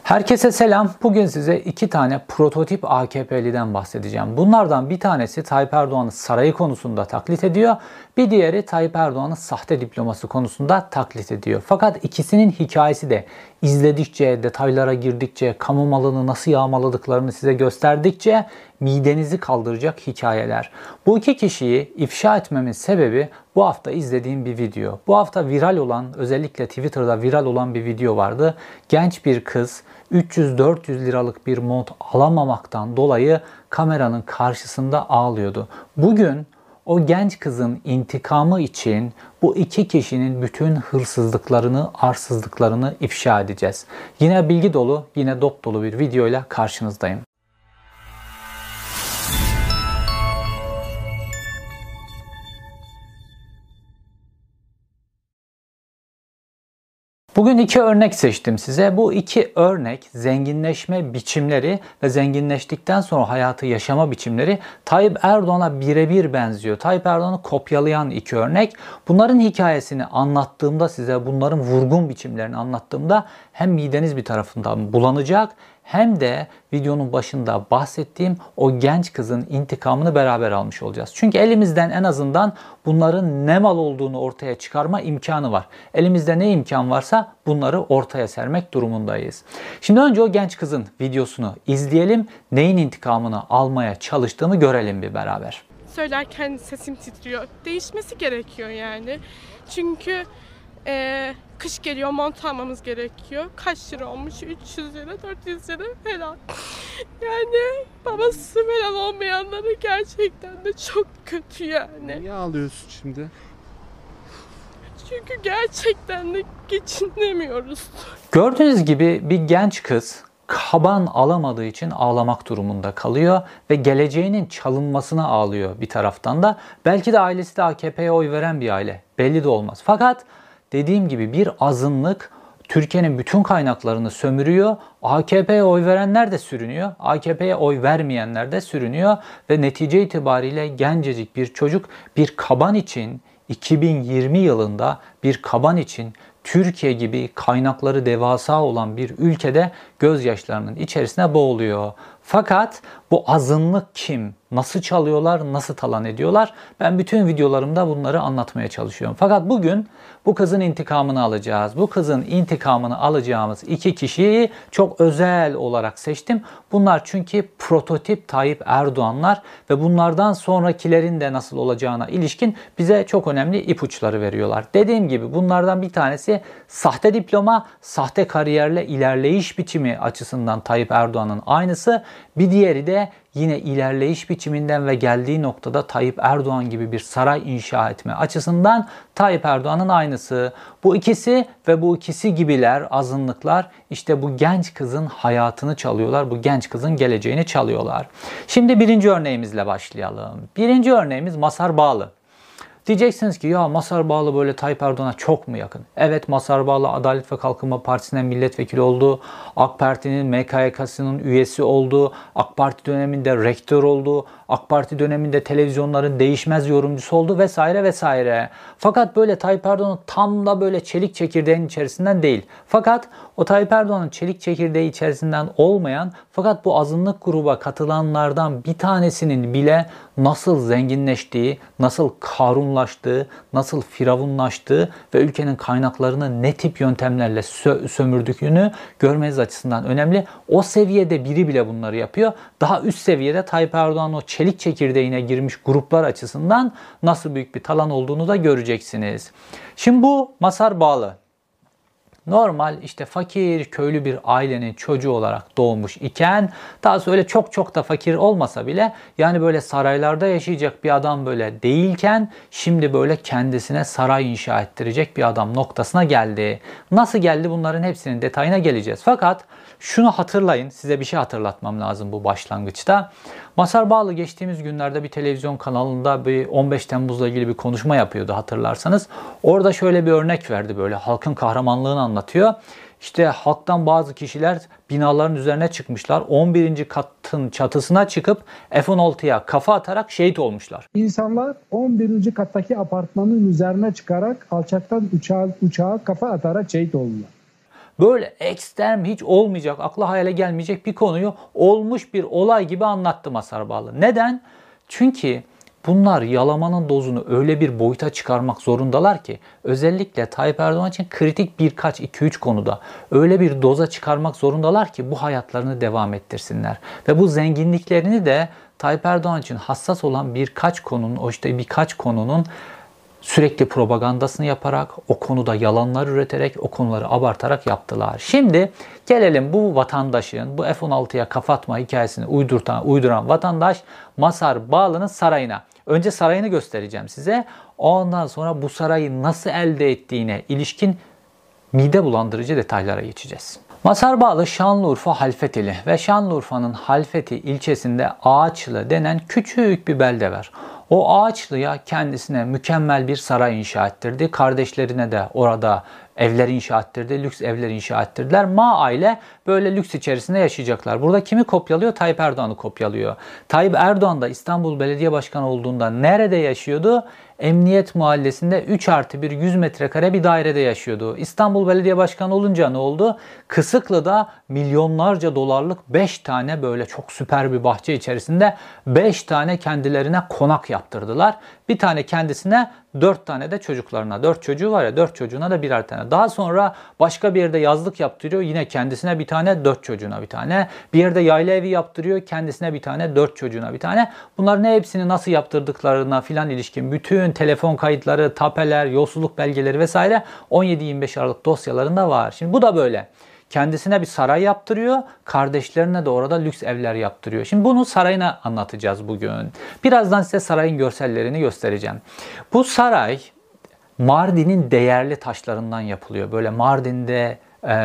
Herkese selam. Bugün size iki tane prototip AKP'liden bahsedeceğim. Bunlardan bir tanesi Tayyip Erdoğan'ın sarayı konusunda taklit ediyor. Bir diğeri Tayyip Erdoğan'ın sahte diploması konusunda taklit ediyor. Fakat ikisinin hikayesi de izledikçe, detaylara girdikçe, kamu malını nasıl yağmaladıklarını size gösterdikçe midenizi kaldıracak hikayeler. Bu iki kişiyi ifşa etmemin sebebi bu hafta izlediğim bir video. Bu hafta viral olan, özellikle Twitter'da viral olan bir video vardı. Genç bir kız 300-400 liralık bir mont alamamaktan dolayı kameranın karşısında ağlıyordu. Bugün o genç kızın intikamı için bu iki kişinin bütün hırsızlıklarını, arsızlıklarını ifşa edeceğiz. Yine bilgi dolu, yine dop dolu bir videoyla karşınızdayım. Bugün iki örnek seçtim size. Bu iki örnek zenginleşme biçimleri ve zenginleştikten sonra hayatı yaşama biçimleri Tayyip Erdoğan'a birebir benziyor. Tayyip Erdoğan'ı kopyalayan iki örnek. Bunların hikayesini anlattığımda size, bunların vurgun biçimlerini anlattığımda hem mideniz bir tarafından bulanacak hem de videonun başında bahsettiğim o genç kızın intikamını beraber almış olacağız. Çünkü elimizden en azından bunların ne mal olduğunu ortaya çıkarma imkanı var. Elimizde ne imkan varsa bunları ortaya sermek durumundayız. Şimdi önce o genç kızın videosunu izleyelim. Neyin intikamını almaya çalıştığını görelim bir beraber. Söylerken sesim titriyor. Değişmesi gerekiyor yani. Çünkü kış geliyor, mont almamız gerekiyor. Kaç lira olmuş? 300 lira, 400 lira falan. Yani babası falan olmayanları gerçekten de çok kötü yani. Niye ağlıyorsun şimdi? Çünkü gerçekten de geçinemiyoruz. Gördüğünüz gibi bir genç kız kaban alamadığı için ağlamak durumunda kalıyor ve geleceğinin çalınmasına ağlıyor bir taraftan da. Belki de ailesi de AKP'ye oy veren bir aile. Belli de olmaz. Fakat dediğim gibi bir azınlık Türkiye'nin bütün kaynaklarını sömürüyor. AKP'ye oy verenler de sürünüyor. AKP'ye oy vermeyenler de sürünüyor. Ve netice itibariyle gencecik bir çocuk bir kaban için 2020 yılında bir kaban için Türkiye gibi kaynakları devasa olan bir ülkede gözyaşlarının içerisine boğuluyor. Fakat bu azınlık kim? Nasıl çalıyorlar? Nasıl talan ediyorlar? Ben bütün videolarımda bunları anlatmaya çalışıyorum. Fakat bugün bu kızın intikamını alacağız. Bu kızın intikamını alacağımız iki kişiyi çok özel olarak seçtim. Bunlar çünkü prototip Tayyip Erdoğanlar ve bunlardan sonrakilerin de nasıl olacağına ilişkin bize çok önemli ipuçları veriyorlar. Dediğim gibi bunlardan bir tanesi sahte diploma, sahte kariyerle ilerleyiş biçimi açısından Tayyip Erdoğan'ın aynısı. Bir diğeri de yine ilerleyiş biçiminden ve geldiği noktada Tayyip Erdoğan gibi bir saray inşa etme açısından Tayyip Erdoğan'ın aynısı. Bu ikisi ve bu ikisi gibiler, azınlıklar işte bu genç kızın hayatını çalıyorlar. Bu genç kızın geleceğini çalıyorlar. Şimdi birinci örneğimizle başlayalım. Birinci örneğimiz Mazhar Bağlı. Diyeceksiniz ki ya Mazhar Bağlı böyle Tayyip Erdoğan'a çok mu yakın? Evet, Mazhar Bağlı Adalet ve Kalkınma Partisi'nden milletvekili oldu. AK Parti'nin MKYK'sının üyesi oldu. AK Parti döneminde rektör oldu. AK Parti döneminde televizyonların değişmez yorumcusu oldu vesaire vesaire. Fakat böyle Tayyip Erdoğan'ın tam da böyle çelik çekirdeğin içerisinden değil. Fakat o Tayyip Erdoğan'ın çelik çekirdeği içerisinden olmayan fakat bu azınlık gruba katılanlardan bir tanesinin bile nasıl zenginleştiği, nasıl karunlaştığı, nasıl firavunlaştığı ve ülkenin kaynaklarını ne tip yöntemlerle sömürdüğünü görmeniz açısından önemli. O seviyede biri bile bunları yapıyor. Daha üst seviyede Tayyip Erdoğan'ın o çelik çekirdeğine girmiş gruplar açısından nasıl büyük bir talan olduğunu da göreceksiniz. Şimdi bu Mazhar Bağlı. Normal işte fakir köylü bir ailenin çocuğu olarak doğmuş iken daha sonra öyle çok da fakir olmasa bile yani böyle saraylarda yaşayacak bir adam böyle değilken şimdi böyle kendisine saray inşa ettirecek bir adam noktasına geldi. Nasıl geldi bunların hepsinin detayına geleceğiz. Fakat şunu hatırlayın, size bir şey hatırlatmam lazım bu başlangıçta. Mazhar Bağlı geçtiğimiz günlerde bir televizyon kanalında bir 15 Temmuz'la ilgili bir konuşma yapıyordu hatırlarsanız. Orada şöyle bir örnek verdi, böyle halkın kahramanlığını anlatıyor. İşte halktan bazı kişiler binaların üzerine çıkmışlar. 11. katın çatısına çıkıp F-16'ya kafa atarak şehit olmuşlar. İnsanlar 11. kattaki apartmanın üzerine çıkarak alçaktan uçağa kafa atarak şehit oldular. böyle ekstrem, hiç olmayacak, akla hayale gelmeyecek bir konuyu olmuş bir olay gibi anlattı Mazhar Bağlı. Neden? Çünkü bunlar yalamanın dozunu öyle bir boyuta çıkarmak zorundalar ki, özellikle Tayyip Erdoğan için kritik birkaç 2-3 konuda öyle bir doza çıkarmak zorundalar ki bu hayatlarını devam ettirsinler. Ve bu zenginliklerini de Tayyip Erdoğan için hassas olan birkaç konunun sürekli propagandasını yaparak, o konuda yalanlar üreterek, o konuları abartarak yaptılar. Şimdi gelelim bu vatandaşın, bu F-16'ya kafa atma hikayesini uyduran vatandaş Mazhar Bağlı'nın sarayına. Önce sarayını göstereceğim size. Ondan sonra bu sarayı nasıl elde ettiğine ilişkin mide bulandırıcı detaylara geçeceğiz. Mazhar Bağlı Şanlıurfa Halfetili ve Şanlıurfa'nın Halfeti ilçesinde Ağaçlı denen küçük bir belde var. O Ağaçlı'ya kendisine mükemmel bir saray inşa ettirdi. Kardeşlerine de orada evler inşa ettirdi, lüks evler inşa ettirdiler. Aile böyle lüks içerisinde yaşayacaklar. Burada kimi kopyalıyor? Tayyip Erdoğan'ı kopyalıyor. Tayyip Erdoğan da İstanbul Belediye Başkanı olduğunda nerede yaşıyordu? Emniyet Mahallesi'nde 3+1 100 metrekare bir dairede yaşıyordu. İstanbul Belediye Başkanı olunca ne oldu? Kısıklı'da milyonlarca dolarlık 5 tane böyle çok süper bir bahçe içerisinde 5 tane kendilerine konak yaptırdılar. Bir tane kendisine, 4 tane de çocuklarına. 4 çocuğu var ya, 4 çocuğuna da birer tane. Daha sonra başka bir yerde yazlık yaptırıyor. Yine kendisine bir tane, 4 çocuğuna bir tane. Bir yerde yayla evi yaptırıyor. Kendisine bir tane, 4 çocuğuna bir tane. Bunların hepsini nasıl yaptırdıklarına filan ilişkin bütün telefon kayıtları, tapeler, yolsuzluk belgeleri vesaire 17-25 Aralık dosyalarında var. Şimdi bu da böyle. Kendisine bir saray yaptırıyor, kardeşlerine de orada lüks evler yaptırıyor. Şimdi bunu sarayına anlatacağız bugün. Birazdan size sarayın görsellerini göstereceğim. Bu saray Mardin'in değerli taşlarından yapılıyor. Böyle Mardin'de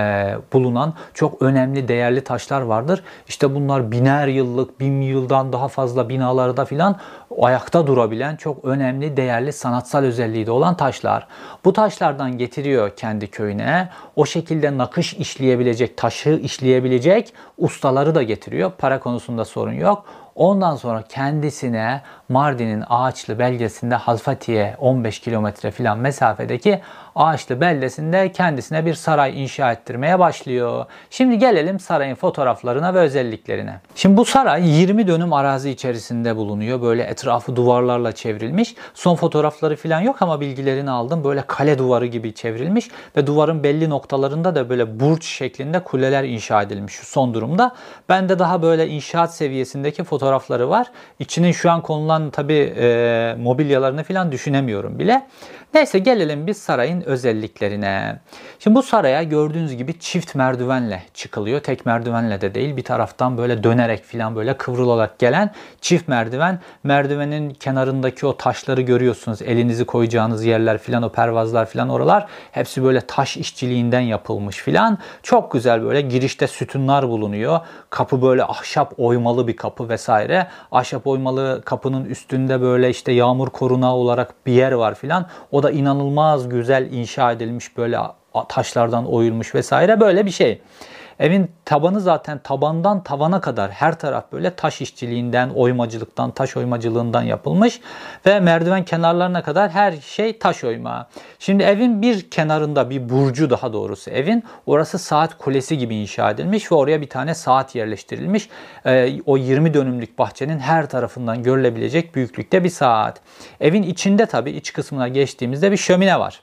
bulunan çok önemli değerli taşlar vardır. İşte bunlar biner yıllık, 1000 yıldan daha fazla binalarda filan ayakta durabilen çok önemli, değerli, sanatsal özelliği de olan taşlar. Bu taşlardan getiriyor kendi köyüne. O şekilde nakış işleyebilecek, taşı işleyebilecek ustaları da getiriyor. Para konusunda sorun yok. Ondan sonra kendisine Mardin'in Ağaçlı beldesinde Halfeti'ye 15 kilometre filan mesafedeki Ağaçlı beldesinde kendisine bir saray inşa ettirmeye başlıyor. Şimdi gelelim sarayın fotoğraflarına ve özelliklerine. Şimdi bu saray 20 dönüm arazi içerisinde bulunuyor. Böyle etrafı duvarlarla çevrilmiş. Son fotoğrafları filan yok ama bilgilerini aldım. Böyle kale duvarı gibi çevrilmiş ve duvarın belli noktalarında da böyle burç şeklinde kuleler inşa edilmiş şu son durumda. Bende daha böyle inşaat seviyesindeki fotoğrafları var. İçinin şu an konulan tabii mobilyalarını filan düşünemiyorum bile. Neyse gelelim biz sarayın özelliklerine. Şimdi bu saraya gördüğünüz gibi çift merdivenle çıkılıyor. Tek merdivenle de değil. Bir taraftan böyle dönerek filan böyle kıvrılarak gelen çift merdiven. Merdivenin kenarındaki o taşları görüyorsunuz. Elinizi koyacağınız yerler filan, o pervazlar filan, oralar hepsi böyle taş işçiliğinden yapılmış filan. Çok güzel, böyle girişte sütunlar bulunuyor. Kapı böyle ahşap oymalı bir kapı vesaire. Ahşap oymalı kapının üstünde böyle işte yağmur korunağı olarak bir yer var filan. O da inanılmaz güzel inşa edilmiş, böyle taşlardan oyulmuş vesaire, böyle bir şey. Evin tabanı zaten tabandan tavana kadar her taraf böyle taş işçiliğinden, oymacılıktan, taş oymacılığından yapılmış ve merdiven kenarlarına kadar her şey taş oyma. Şimdi evin bir kenarında, bir burcu daha doğrusu evin, orası saat kulesi gibi inşa edilmiş ve oraya bir tane saat yerleştirilmiş. O 20 dönümlük bahçenin her tarafından görülebilecek büyüklükte bir saat. Evin içinde tabii iç kısmına geçtiğimizde bir şömine var.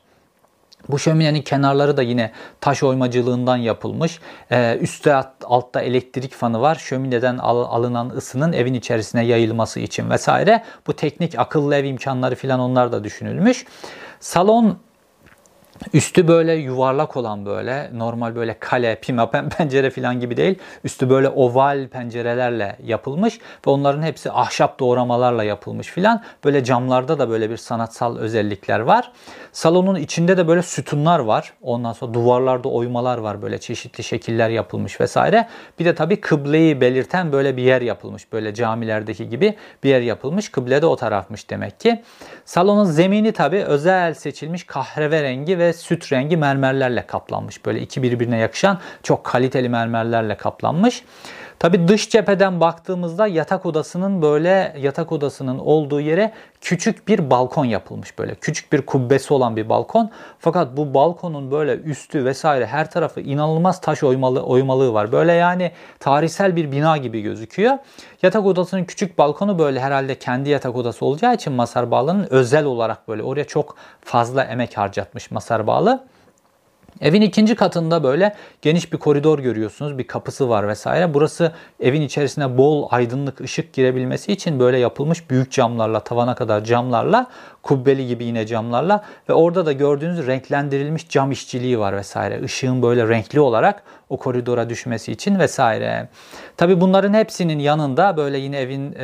Bu şöminenin kenarları da yine taş oymacılığından yapılmış. Üstte altta elektrik fanı var. Şömineden alınan ısının evin içerisine yayılması için vesaire. Bu teknik akıllı ev imkanları filan, onlar da düşünülmüş. Salon üstü böyle yuvarlak olan, böyle normal böyle kale, pima, pencere falan gibi değil. Üstü böyle oval pencerelerle yapılmış ve onların hepsi ahşap doğramalarla yapılmış filan. Böyle camlarda da böyle bir sanatsal özellikler var. Salonun içinde de böyle sütunlar var. Ondan sonra duvarlarda oymalar var. Böyle çeşitli şekiller yapılmış vesaire. Bir de tabii kıbleyi belirten böyle bir yer yapılmış. Böyle camilerdeki gibi bir yer yapılmış. Kıble de o tarafmış demek ki. Salonun zemini tabii özel seçilmiş kahverengi ve ve süt rengi mermerlerle kaplanmış. Böyle iki birbirine yakışan çok kaliteli mermerlerle kaplanmış. Tabii dış cepheden baktığımızda yatak odasının olduğu yere küçük bir balkon yapılmış böyle. Küçük bir kubbesi olan bir balkon. Fakat bu balkonun böyle üstü vesaire her tarafı inanılmaz taş oymalığı var. Böyle yani tarihsel bir bina gibi gözüküyor. Yatak odasının küçük balkonu böyle herhalde kendi yatak odası olacağı için Mazhar Bağlı'nın özel olarak böyle oraya çok fazla emek harcatmış Mazhar Bağlı. Evin ikinci katında böyle geniş bir koridor görüyorsunuz. Bir kapısı var vesaire. Burası evin içerisine bol aydınlık ışık girebilmesi için böyle yapılmış büyük camlarla, tavana kadar camlarla, kubbeli gibi yine camlarla ve orada da gördüğünüz renklendirilmiş cam işçiliği var vesaire. Işığın böyle renkli olarak o koridora düşmesi için vesaire. Tabii bunların hepsinin yanında böyle yine evin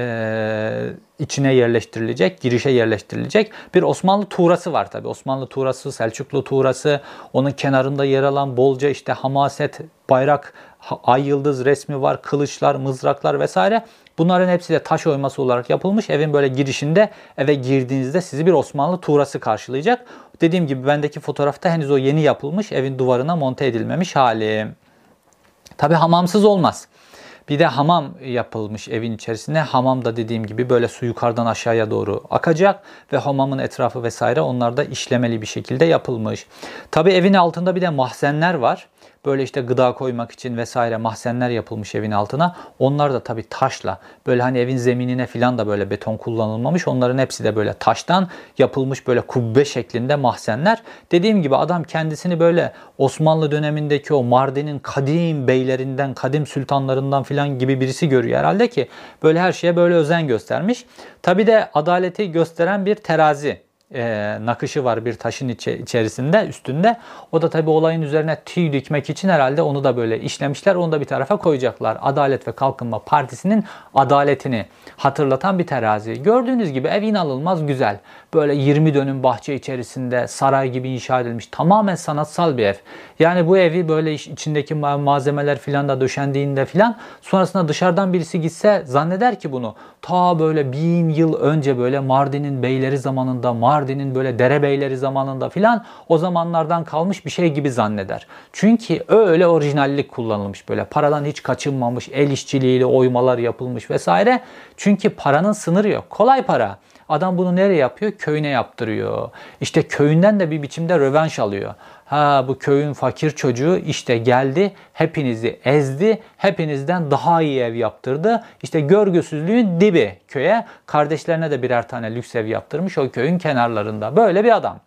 içine yerleştirilecek, girişe yerleştirilecek bir Osmanlı tuğrası var tabii. Osmanlı tuğrası, Selçuklu tuğrası, onun kenarında yer alan bolca işte hamaset, bayrak, ay yıldız resmi var, kılıçlar, mızraklar vesaire. Bunların hepsi de taş oyması olarak yapılmış. Evin böyle girişinde eve girdiğinizde sizi bir Osmanlı tuğrası karşılayacak. Dediğim gibi bendeki fotoğrafta henüz o yeni yapılmış, evin duvarına monte edilmemiş hali. Tabii hamamsız olmaz. Bir de hamam yapılmış evin içerisinde. Hamam da dediğim gibi böyle su yukarıdan aşağıya doğru akacak ve hamamın etrafı vesaire onlar da işlemeli bir şekilde yapılmış. Tabii evin altında bir de mahzenler var. Böyle işte gıda koymak için vesaire mahzenler yapılmış evin altına. Onlar da tabii taşla. Böyle hani evin zeminine falan da böyle beton kullanılmamış. Onların hepsi de böyle taştan yapılmış böyle kubbe şeklinde mahzenler. Dediğim gibi adam kendisini böyle Osmanlı dönemindeki o Mardin'in kadim beylerinden, kadim sultanlarından falan gibi birisi görüyor herhalde ki böyle her şeye böyle özen göstermiş. Tabii de adaleti gösteren bir terazi nakışı var bir taşın içerisinde, üstünde. O da tabii olayın üzerine tüy dikmek için herhalde onu da böyle işlemişler. Onu da bir tarafa koyacaklar. Adalet ve Kalkınma Partisi'nin adaletini hatırlatan bir terazi. Gördüğünüz gibi ev inanılmaz güzel. Böyle 20 dönüm bahçe içerisinde saray gibi inşa edilmiş. Tamamen sanatsal bir ev. Yani bu evi böyle içindeki malzemeler filan da döşendiğinde filan sonrasında dışarıdan birisi gitse zanneder ki bunu ta böyle 1000 yıl önce böyle Mardin'in beyleri zamanında, Mardin'in böyle derebeyleri zamanında filan o zamanlardan kalmış bir şey gibi zanneder. Çünkü öyle orijinallik kullanılmış böyle paradan hiç kaçınmamış, el işçiliğiyle oymalar yapılmış vesaire. Çünkü paranın sınırı yok. Kolay para. Adam bunu nereye yapıyor? Köyüne yaptırıyor. İşte köyünden de bir biçimde rövanş alıyor. Ha bu köyün fakir çocuğu işte geldi, hepinizi ezdi, hepinizden daha iyi ev yaptırdı. İşte görgüsüzlüğün dibi köye. Kardeşlerine de birer tane lüks ev yaptırmış o köyün kenarlarında. Böyle bir adam.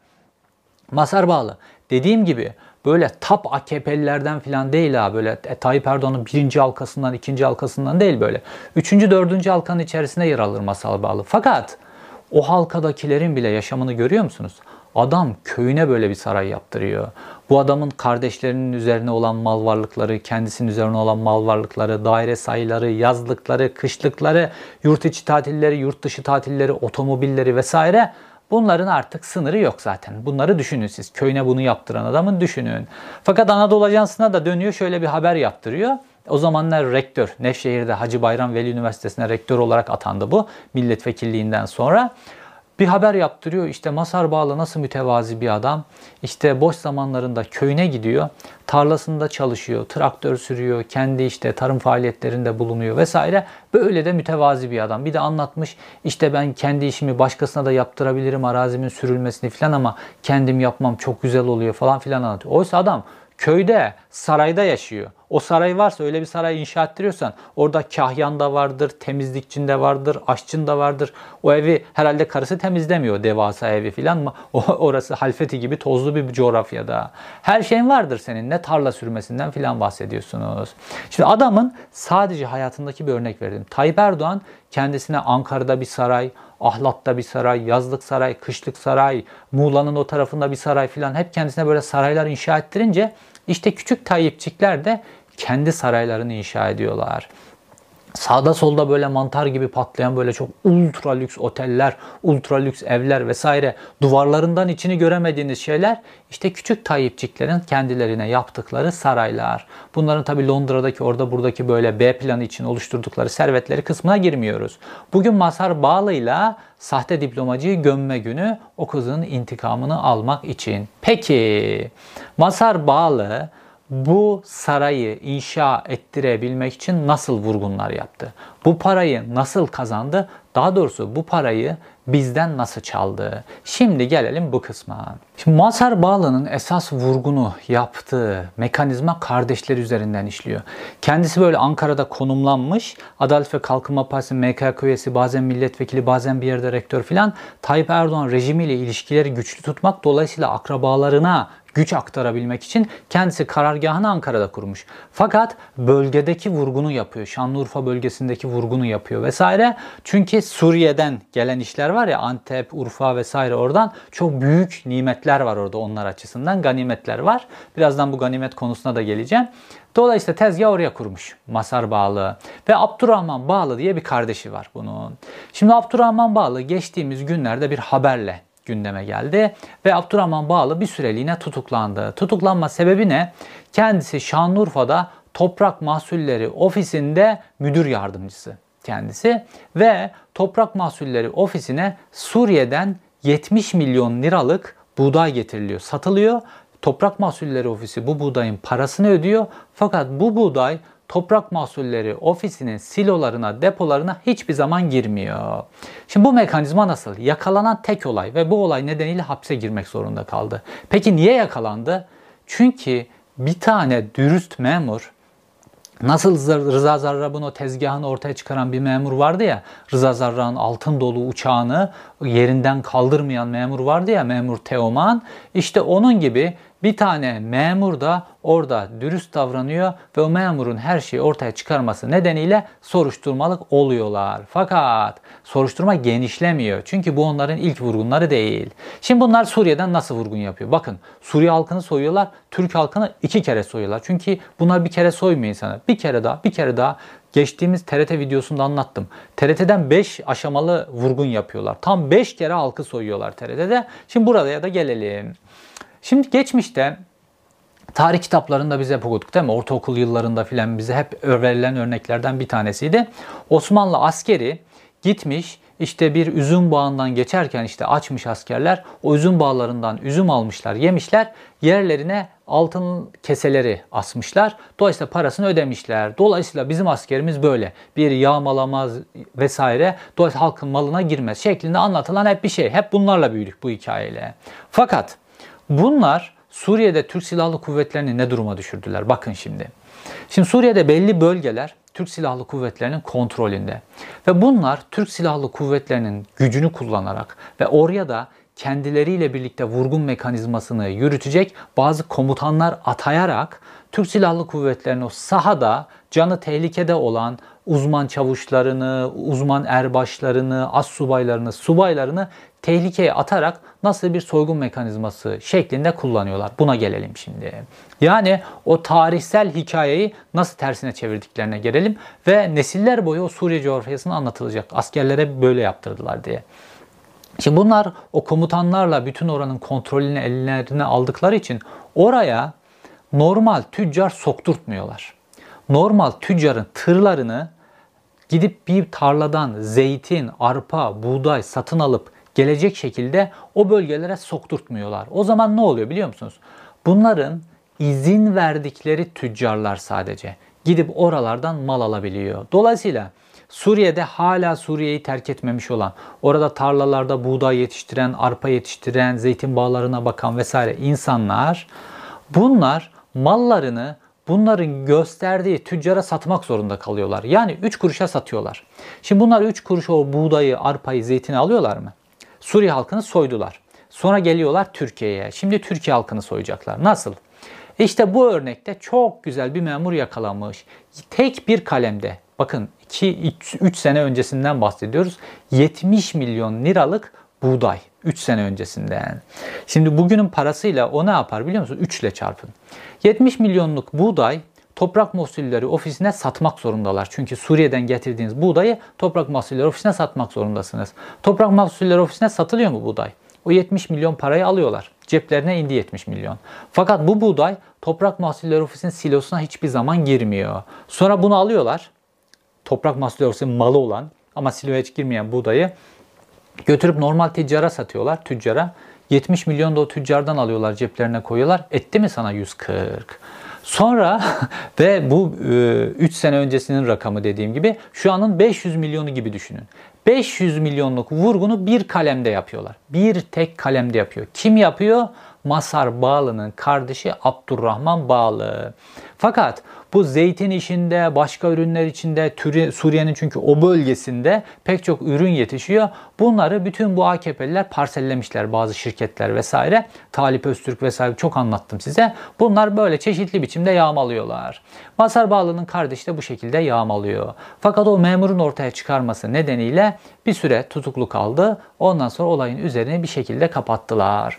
Mazhar Bağlı. Dediğim gibi böyle tap AKP'lilerden falan değil ha. Böyle Tayyip Erdoğan'ın birinci halkasından, ikinci halkasından değil böyle. Üçüncü, dördüncü halkanın içerisinde yer alır Mazhar Bağlı. Fakat o halkadakilerin bile yaşamını görüyor musunuz? Adam köyüne böyle bir saray yaptırıyor. Bu adamın kardeşlerinin üzerine olan mal varlıkları, kendisinin üzerine olan mal varlıkları, daire sayıları, yazlıkları, kışlıkları, yurt içi tatilleri, yurt dışı tatilleri, otomobilleri vesaire. Bunların artık sınırı yok zaten. Bunları düşünün siz. Köyüne bunu yaptıran adamın düşünün. Fakat Anadolu Ajansı'na da dönüyor şöyle bir haber yaptırıyor. O zamanlar rektör, Nevşehir'de Hacı Bayram Veli Üniversitesi'ne rektör olarak atandı bu milletvekilliğinden sonra. Bir haber yaptırıyor. İşte Mazhar Bağlı nasıl mütevazi bir adam. İşte boş zamanlarında köyüne gidiyor. Tarlasında çalışıyor. Traktör sürüyor. Kendi işte tarım faaliyetlerinde bulunuyor vesaire. Böyle de mütevazi bir adam. Bir de anlatmış. İşte ben kendi işimi başkasına da yaptırabilirim. Arazimin sürülmesini falan ama kendim yapmam çok güzel oluyor falan filan anlatıyor. Oysa adam köyde, sarayda yaşıyor. O saray varsa öyle bir saray inşa ettiriyorsan orada kahyan da vardır, temizlikçin de vardır, aşçın da vardır. O evi herhalde karısı temizlemiyor devasa evi filan mı? Orası Halfeti gibi tozlu bir coğrafyada. Her şeyin vardır senin. Ne tarla sürmesinden filan bahsediyorsunuz. Şimdi adamın sadece hayatındaki bir örnek verdim. Tayyip Erdoğan kendisine Ankara'da bir saray, Ahlat'ta bir saray, yazlık saray, kışlık saray, Muğla'nın o tarafında bir saray filan hep kendisine böyle saraylar inşa ettirince işte küçük Tayyipçikler de kendi saraylarını inşa ediyorlar. Sağda solda böyle mantar gibi patlayan böyle çok ultra lüks oteller, ultra lüks evler vesaire, duvarlarından içini göremediğiniz şeyler işte küçük Tayyipçiklerin kendilerine yaptıkları saraylar. Bunların tabi Londra'daki orada buradaki böyle B planı için oluşturdukları servetleri kısmına girmiyoruz. Bugün Mazhar Bağlı'yla sahte diplomacıyı gömme günü, o kızın intikamını almak için. Peki Mazhar Bağlı bu sarayı inşa ettirebilmek için nasıl vurgunlar yaptı? Bu parayı nasıl kazandı? Daha doğrusu bu parayı bizden nasıl çaldı? Şimdi gelelim bu kısma. Şimdi Mazhar Bağlı'nın esas vurgunu yaptığı mekanizma kardeşleri üzerinden işliyor. Kendisi böyle Ankara'da konumlanmış. Adalet ve Kalkınma Partisi MKK üyesi, bazen milletvekili, bazen bir yerde rektör filan. Tayyip Erdoğan rejimiyle ilişkileri güçlü tutmak, dolayısıyla akrabalarına güç aktarabilmek için kendisi karargahını Ankara'da kurmuş. Fakat bölgedeki vurgunu yapıyor. Şanlıurfa bölgesindeki vurgunu yapıyor vesaire. Çünkü Suriye'den gelen işler var ya, Antep, Urfa vesaire, oradan çok büyük nimetler var orada onlar açısından. Ganimetler var. Birazdan bu ganimet konusuna da geleceğim. Dolayısıyla tezgah oraya kurmuş Mazhar Bağlı. Ve Abdurrahman Bağlı diye bir kardeşi var bunun. Şimdi Abdurrahman Bağlı geçtiğimiz günlerde bir haberle gündeme geldi ve Abdurrahman Bağlı bir süreliğine tutuklandı. Tutuklanma sebebi ne? Kendisi Şanlıurfa'da Toprak Mahsulleri Ofisi'nde müdür yardımcısı kendisi ve Toprak Mahsulleri Ofisi'ne Suriye'den 70 milyon liralık buğday getiriliyor, satılıyor. Toprak Mahsulleri Ofisi bu buğdayın parasını ödüyor. Fakat bu buğday Toprak Mahsulleri Ofisi'nin silolarına, depolarına hiçbir zaman girmiyor. Şimdi bu mekanizma nasıl? Yakalanan tek olay ve bu olay nedeniyle hapse girmek zorunda kaldı. Peki niye yakalandı? Çünkü bir tane dürüst memur, nasıl Rıza Zarrab'ın o tezgahını ortaya çıkaran bir memur vardı ya, Rıza Zarrab'ın altın dolu uçağını yerinden kaldırmayan memur vardı ya, memur Teoman, işte onun gibi bir tane memur da orada dürüst davranıyor ve o memurun her şeyi ortaya çıkarması nedeniyle soruşturmalık oluyorlar. Fakat soruşturma genişlemiyor. Çünkü bu onların ilk vurgunları değil. Şimdi bunlar Suriye'den nasıl vurgun yapıyor? Bakın, Suriye halkını soyuyorlar, Türk halkını 2 kere soyuyorlar. Çünkü bunlar bir kere soymuyor insanı. Bir kere daha. Geçtiğimiz TRT videosunda anlattım. TRT'den 5 aşamalı vurgun yapıyorlar. Tam 5 kere halkı soyuyorlar TRT'de. Şimdi buraya da gelelim. Şimdi geçmişte tarih kitaplarında bize hep okuduk değil mi? Ortaokul yıllarında filan bize hep verilen örneklerden bir tanesiydi. Osmanlı askeri gitmiş, işte bir üzüm bağından geçerken işte açmış askerler, o üzüm bağlarından üzüm almışlar, yemişler, yerlerine altın keseleri asmışlar. Dolayısıyla parasını ödemişler. Dolayısıyla bizim askerimiz böyle bir yağmalamaz vesaire, dolayısıyla halkın malına girmez şeklinde anlatılan hep bir şey. Hep bunlarla büyüdük bu hikayeyle. Fakat bunlar Suriye'de Türk Silahlı Kuvvetleri'ni ne duruma düşürdüler? Bakın şimdi. Şimdi Suriye'de belli bölgeler Türk Silahlı Kuvvetleri'nin kontrolünde. Ve bunlar Türk Silahlı Kuvvetleri'nin gücünü kullanarak ve oraya da kendileriyle birlikte vurgun mekanizmasını yürütecek bazı komutanlar atayarak Türk Silahlı Kuvvetleri'nin o sahada canı tehlikede olan uzman çavuşlarını, uzman erbaşlarını, astsubaylarını, subaylarını tehlikeye atarak nasıl bir soygun mekanizması şeklinde kullanıyorlar. Buna gelelim şimdi. Yani o tarihsel hikayeyi nasıl tersine çevirdiklerine gelelim ve nesiller boyu o Suriye coğrafyasını anlatılacak. Askerlere böyle yaptırdılar diye. Şimdi bunlar o komutanlarla bütün oranın kontrolünü ellerine aldıkları için oraya normal tüccar sokturtmuyorlar. Normal tüccarın tırlarını gidip bir tarladan zeytin, arpa, buğday satın alıp gelecek şekilde o bölgelere sokturtmuyorlar. O zaman ne oluyor biliyor musunuz? Bunların izin verdikleri tüccarlar sadece gidip oralardan mal alabiliyor. Dolayısıyla Suriye'de hala Suriye'yi terk etmemiş olan, orada tarlalarda buğday yetiştiren, arpa yetiştiren, zeytin bağlarına bakan vesaire insanlar, bunlar mallarını bunların gösterdiği tüccara satmak zorunda kalıyorlar. Yani 3 kuruşa satıyorlar. Şimdi bunlar 3 kuruş o buğdayı, arpayı, zeytini alıyorlar mı? Suriye halkını soydular. Sonra geliyorlar Türkiye'ye. Şimdi Türkiye halkını soyacaklar. Nasıl? İşte bu örnekte çok güzel bir memur yakalanmış. Tek bir kalemde, bakın 2-3 sene öncesinden bahsediyoruz. 70 milyon liralık buğday. 3 sene öncesinden. Şimdi bugünün parasıyla o ne yapar biliyor musunuz? 3 ile çarpın. 70 milyonluk buğday Toprak Mahsulleri Ofisi'ne satmak zorundalar. Çünkü Suriye'den getirdiğiniz buğdayı Toprak Mahsulleri Ofisi'ne satmak zorundasınız. Toprak Mahsulleri Ofisi'ne satılıyor mu buğday? O 70 milyon parayı alıyorlar. Ceplerine indi 70 milyon. Fakat bu buğday Toprak Mahsulleri Ofisi'nin silosuna hiçbir zaman girmiyor. Sonra bunu alıyorlar. Toprak Mahsulleri Ofisi'nin malı olan ama siloya hiç girmeyen buğdayı götürüp normal tüccara satıyorlar. Tüccara 70 milyon da o tüccardan alıyorlar, ceplerine koyuyorlar. Etti mi sana 140? Sonra ve bu 3 sene öncesinin rakamı dediğim gibi şu anın 500 milyonu gibi düşünün. 500 milyonluk vurgunu bir kalemde yapıyorlar. Bir tek kalemde yapıyor. Kim yapıyor? Masar Bağlı'nın kardeşi Abdurrahman Bağlı. Fakat bu zeytin işinde, başka ürünler içinde, Suriye'nin çünkü o bölgesinde pek çok ürün yetişiyor. Bunları bütün bu AKP'liler parsellemişler, bazı şirketler vesaire. Talip Öztürk vesaire çok anlattım size. Bunlar böyle çeşitli biçimde yağmalıyorlar. Masar Bağlı'nın kardeşi de bu şekilde yağmalıyor. Fakat o memurun ortaya çıkarması nedeniyle bir süre tutuklu kaldı. Ondan sonra olayın üzerini bir şekilde kapattılar.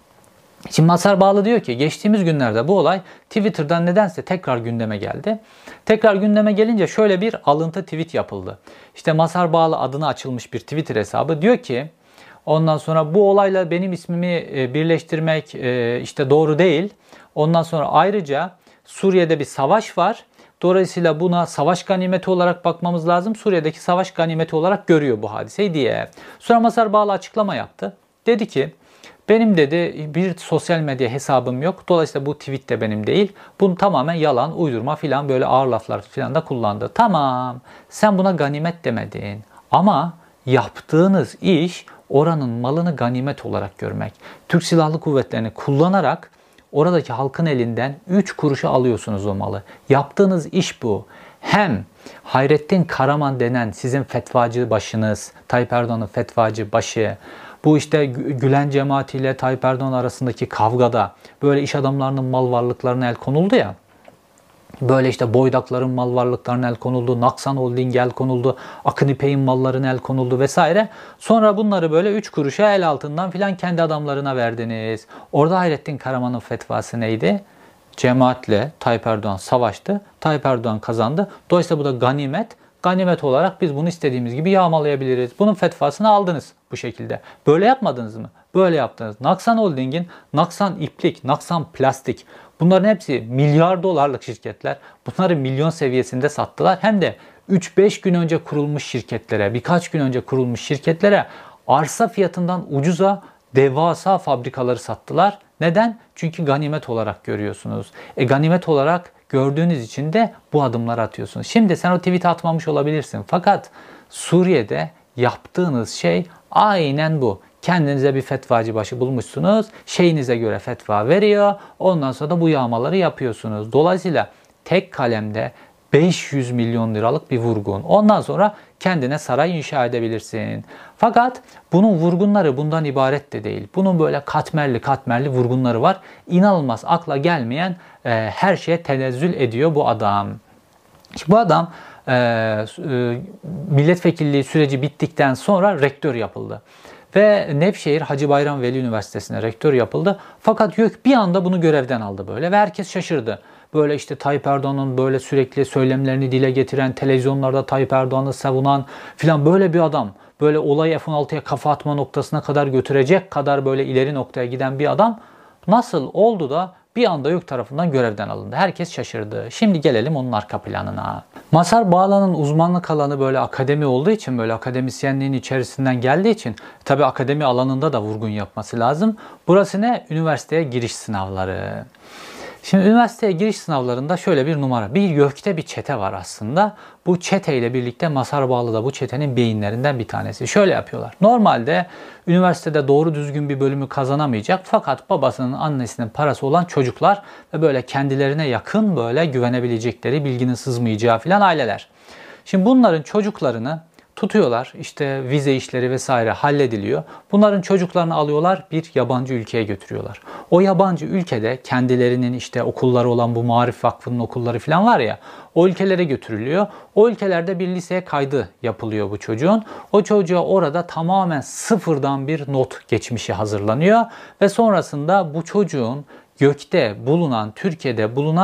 Şimdi Masar Bağlı diyor ki geçtiğimiz günlerde bu olay Twitter'dan nedense tekrar gündeme geldi. Tekrar gündeme gelince şöyle bir alıntı tweet yapıldı. İşte Masar Bağlı adına açılmış bir Twitter hesabı diyor ki ondan sonra bu olayla benim ismimi birleştirmek işte doğru değil. Ondan sonra ayrıca Suriye'de bir savaş var. Dolayısıyla buna savaş ganimeti olarak bakmamız lazım. Suriye'deki savaş ganimeti olarak görüyor bu hadiseyi diye. Sonra Masar Bağlı açıklama yaptı. Dedi ki benim dedi bir sosyal medya hesabım yok. Dolayısıyla bu tweet de benim değil. Bunu tamamen yalan, uydurma filan böyle ağır laflar filan da kullandı. Tamam, sen buna ganimet demedin. Ama yaptığınız iş oranın malını ganimet olarak görmek. Türk Silahlı Kuvvetleri'ni kullanarak oradaki halkın elinden 3 kuruşa alıyorsunuz o malı. Yaptığınız iş bu. Hem Hayrettin Karaman denen sizin fetvacı başınız, Tayyip Erdoğan'ın fetvacı başı, bu işte Gülen cemaatiyle Tayyip Erdoğan arasındaki kavgada böyle iş adamlarının mal varlıklarına el konuldu ya. Böyle işte Boydakların mal varlıklarına el konuldu, Naksan Holding'e el konuldu, Akın İpek'in mallarına el konuldu vesaire. Sonra bunları böyle 3 kuruşa el altından filan kendi adamlarına verdiniz. Orada Hayrettin Karaman'ın fetvası neydi? Cemaatle Tayyip Erdoğan savaştı. Tayyip Erdoğan kazandı. Dolayısıyla bu da ganimet. Ganimet olarak biz bunu istediğimiz gibi yağmalayabiliriz. Bunun fetvasını aldınız bu şekilde. Böyle yapmadınız mı? Böyle yaptınız. Naksan Holding'in Naksan İplik, Naksan Plastik bunların hepsi milyar dolarlık şirketler. Bunları milyon seviyesinde sattılar. Hem de 3-5 gün önce kurulmuş şirketlere, birkaç gün önce kurulmuş şirketlere arsa fiyatından ucuza devasa fabrikaları sattılar. Neden? Çünkü ganimet olarak görüyorsunuz. Ganimet olarak gördüğünüz için de bu adımları atıyorsunuz. Şimdi sen o tweet'i atmamış olabilirsin. Fakat Suriye'de yaptığınız şey aynen bu. Kendinize bir fetvacı başı bulmuşsunuz. Şeyinize göre fetva veriyor. Ondan sonra da bu yağmaları yapıyorsunuz. Dolayısıyla tek kalemde 500 milyon liralık bir vurgun. Ondan sonra kendine saray inşa edebilirsin. Fakat bunun vurgunları bundan ibaret de değil. Bunun böyle katmerli vurgunları var. İnanılmaz akla gelmeyen her şeye tenezzül ediyor bu adam. Şimdi bu adam milletvekilliği süreci bittikten sonra rektör yapıldı. Ve Nevşehir Hacı Bayram Veli Üniversitesi'ne rektör yapıldı. Fakat YÖK bir anda bunu görevden aldı böyle ve herkes şaşırdı. Böyle işte Tayyip Erdoğan'ın böyle sürekli söylemlerini dile getiren, televizyonlarda Tayyip Erdoğan'ı savunan filan böyle bir adam. Böyle olayı F-16'ya kafa atma noktasına kadar götürecek kadar böyle ileri noktaya giden bir adam nasıl oldu da bir anda YÖK tarafından görevden alındı. Herkes şaşırdı. Şimdi gelelim onun arka planına. Masar Bağlı'nın uzmanlık alanı böyle akademi olduğu için, böyle akademisyenliğin içerisinden geldiği için tabii akademi alanında da vurgun yapması lazım. Burası ne? Üniversiteye giriş sınavları. Şimdi üniversiteye giriş sınavlarında şöyle bir numara. Bir YÖK'te bir çete var aslında. Bu çeteyle birlikte Masar Bağlı da bu çetenin beyinlerinden bir tanesi. Şöyle yapıyorlar. Normalde üniversitede doğru düzgün bir bölümü kazanamayacak fakat babasının annesinin parası olan çocuklar ve böyle kendilerine yakın böyle güvenebilecekleri, bilginin sızmayacağı filan aileler. Şimdi bunların çocuklarını tutuyorlar, işte vize işleri vesaire hallediliyor. Bunların çocuklarını alıyorlar, bir yabancı ülkeye götürüyorlar. O yabancı ülkede kendilerinin işte okulları olan bu Maarif Vakfı'nın okulları falan var ya, o ülkelere götürülüyor. O ülkelerde bir liseye kaydı yapılıyor bu çocuğun. O çocuğa orada tamamen sıfırdan bir not geçmişi hazırlanıyor ve sonrasında bu çocuğun YÖK'te bulunan, Türkiye'de bulunan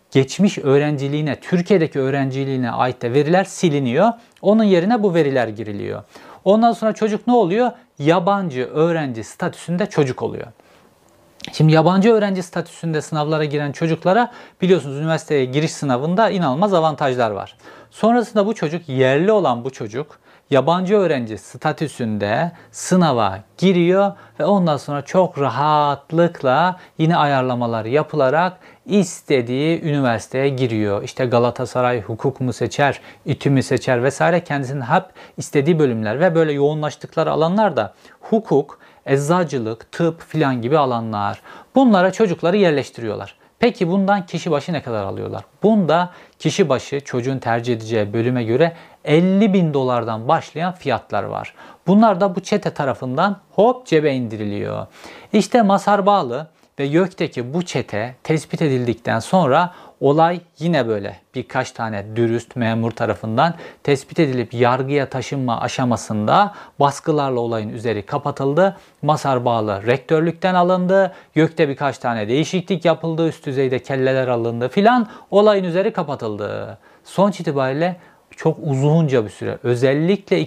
geçmiş öğrenciliğine, Türkiye'deki öğrenciliğine ait de veriler siliniyor. Onun yerine bu veriler giriliyor. Ondan sonra çocuk ne oluyor? Yabancı öğrenci statüsünde çocuk oluyor. Şimdi yabancı öğrenci statüsünde sınavlara giren çocuklara biliyorsunuz üniversiteye giriş sınavında inanılmaz avantajlar var. Sonrasında bu çocuk, yerli olan bu çocuk yabancı öğrenci statüsünde sınava giriyor ve ondan sonra çok rahatlıkla yine ayarlamalar yapılarak istediği üniversiteye giriyor. İşte Galatasaray hukuk mu seçer, İTÜ mü seçer vesaire, kendisinin hep istediği bölümler ve böyle yoğunlaştıkları alanlar da hukuk, eczacılık, tıp filan gibi alanlar. Bunlara çocukları yerleştiriyorlar. Peki bundan kişi başı ne kadar alıyorlar? Bunda kişi başı çocuğun tercih edeceği bölüme göre 50.000 dolardan başlayan fiyatlar var. Bunlar da bu çete tarafından hop cebe indiriliyor. İşte Mazhar Bağlı ve YÖK'teki bu çete tespit edildikten sonra olay yine böyle birkaç tane dürüst memur tarafından tespit edilip yargıya taşınma aşamasında baskılarla olayın üzeri kapatıldı. Mazhar Bağlı rektörlükten alındı. YÖK'te birkaç tane değişiklik yapıldı. Üst düzeyde kelleler alındı filan. Olayın üzeri kapatıldı. Sonuç itibariyle çok uzunca bir süre, özellikle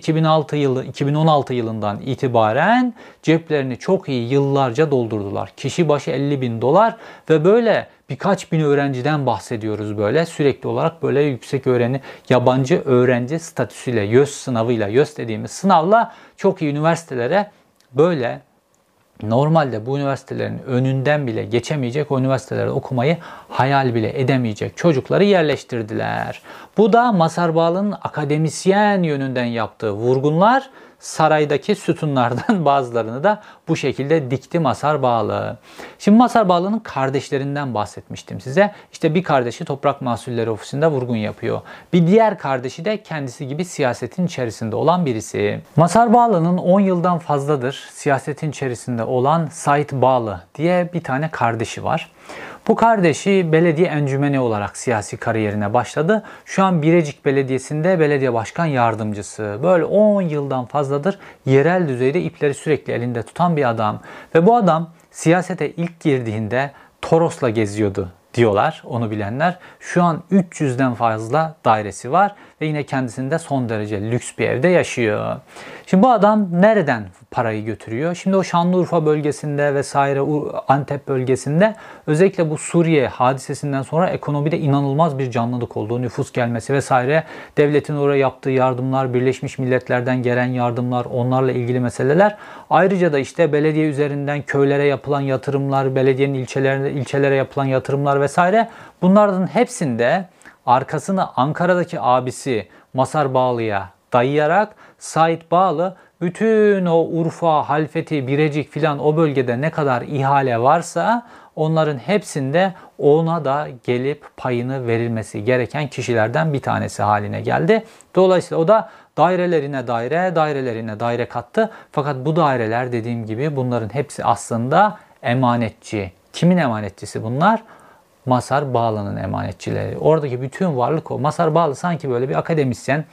2016 yılından itibaren ceplerini çok iyi yıllarca doldurdular. Kişi başı 50.000 dolar ve böyle birkaç bin öğrenciden bahsediyoruz böyle. Sürekli olarak böyle yüksek yabancı öğrenci statüsüyle, YÖS sınavıyla, YÖS dediğimiz sınavla çok iyi üniversitelere böyle normalde bu üniversitelerin önünden bile geçemeyecek, o üniversitelerde okumayı hayal bile edemeyecek çocukları yerleştirdiler. Bu da Mazhar Bağlı'nın akademisyen yönünden yaptığı vurgunlar, saraydaki sütunlardan bazılarını da bu şekilde dikti Mazhar Bağlı. Şimdi Mazhar Bağlı'nın kardeşlerinden bahsetmiştim size. İşte bir kardeşi Toprak Mahsulleri Ofisi'nde vurgun yapıyor. Bir diğer kardeşi de kendisi gibi siyasetin içerisinde olan birisi. Mazhar Bağlı'nın 10 yıldan fazladır siyasetin içerisinde olan Sait Bağlı diye bir tane kardeşi var. Bu kardeşi belediye encümeni olarak siyasi kariyerine başladı. Şu an Birecik Belediyesi'nde belediye başkan yardımcısı. Böyle 10 yıldan fazladır yerel düzeyde ipleri sürekli elinde tutan bir adam. Ve bu adam siyasete ilk girdiğinde Toros'la geziyordu diyorlar onu bilenler. Şu an 300'den fazla dairesi var ve yine kendisinde son derece lüks bir evde yaşıyor. Şimdi bu adam nereden parayı götürüyor? Şimdi o Şanlıurfa bölgesinde vesaire Antep bölgesinde özellikle bu Suriye hadisesinden sonra ekonomide inanılmaz bir canlılık olduğu, nüfus gelmesi vesaire, devletin oraya yaptığı yardımlar, Birleşmiş Milletler'den gelen yardımlar, onlarla ilgili meseleler. Ayrıca da işte belediye üzerinden köylere yapılan yatırımlar, belediyenin ilçelere yapılan yatırımlar vesaire, bunların hepsinde arkasını Ankara'daki abisi Mazhar Bağlı'ya dayayarak Sait Bağlı bütün o Urfa, Halfeti, Birecik filan o bölgede ne kadar ihale varsa onların hepsinde ona da gelip payını verilmesi gereken kişilerden bir tanesi haline geldi. Dolayısıyla o da dairelerine daire kattı. Fakat bu daireler dediğim gibi bunların hepsi aslında emanetçi. Kimin emanetçisi bunlar? Mazhar Bağlı'nın emanetçileri. Oradaki bütün varlık o. Mazhar Bağlı sanki böyle bir akademisyen.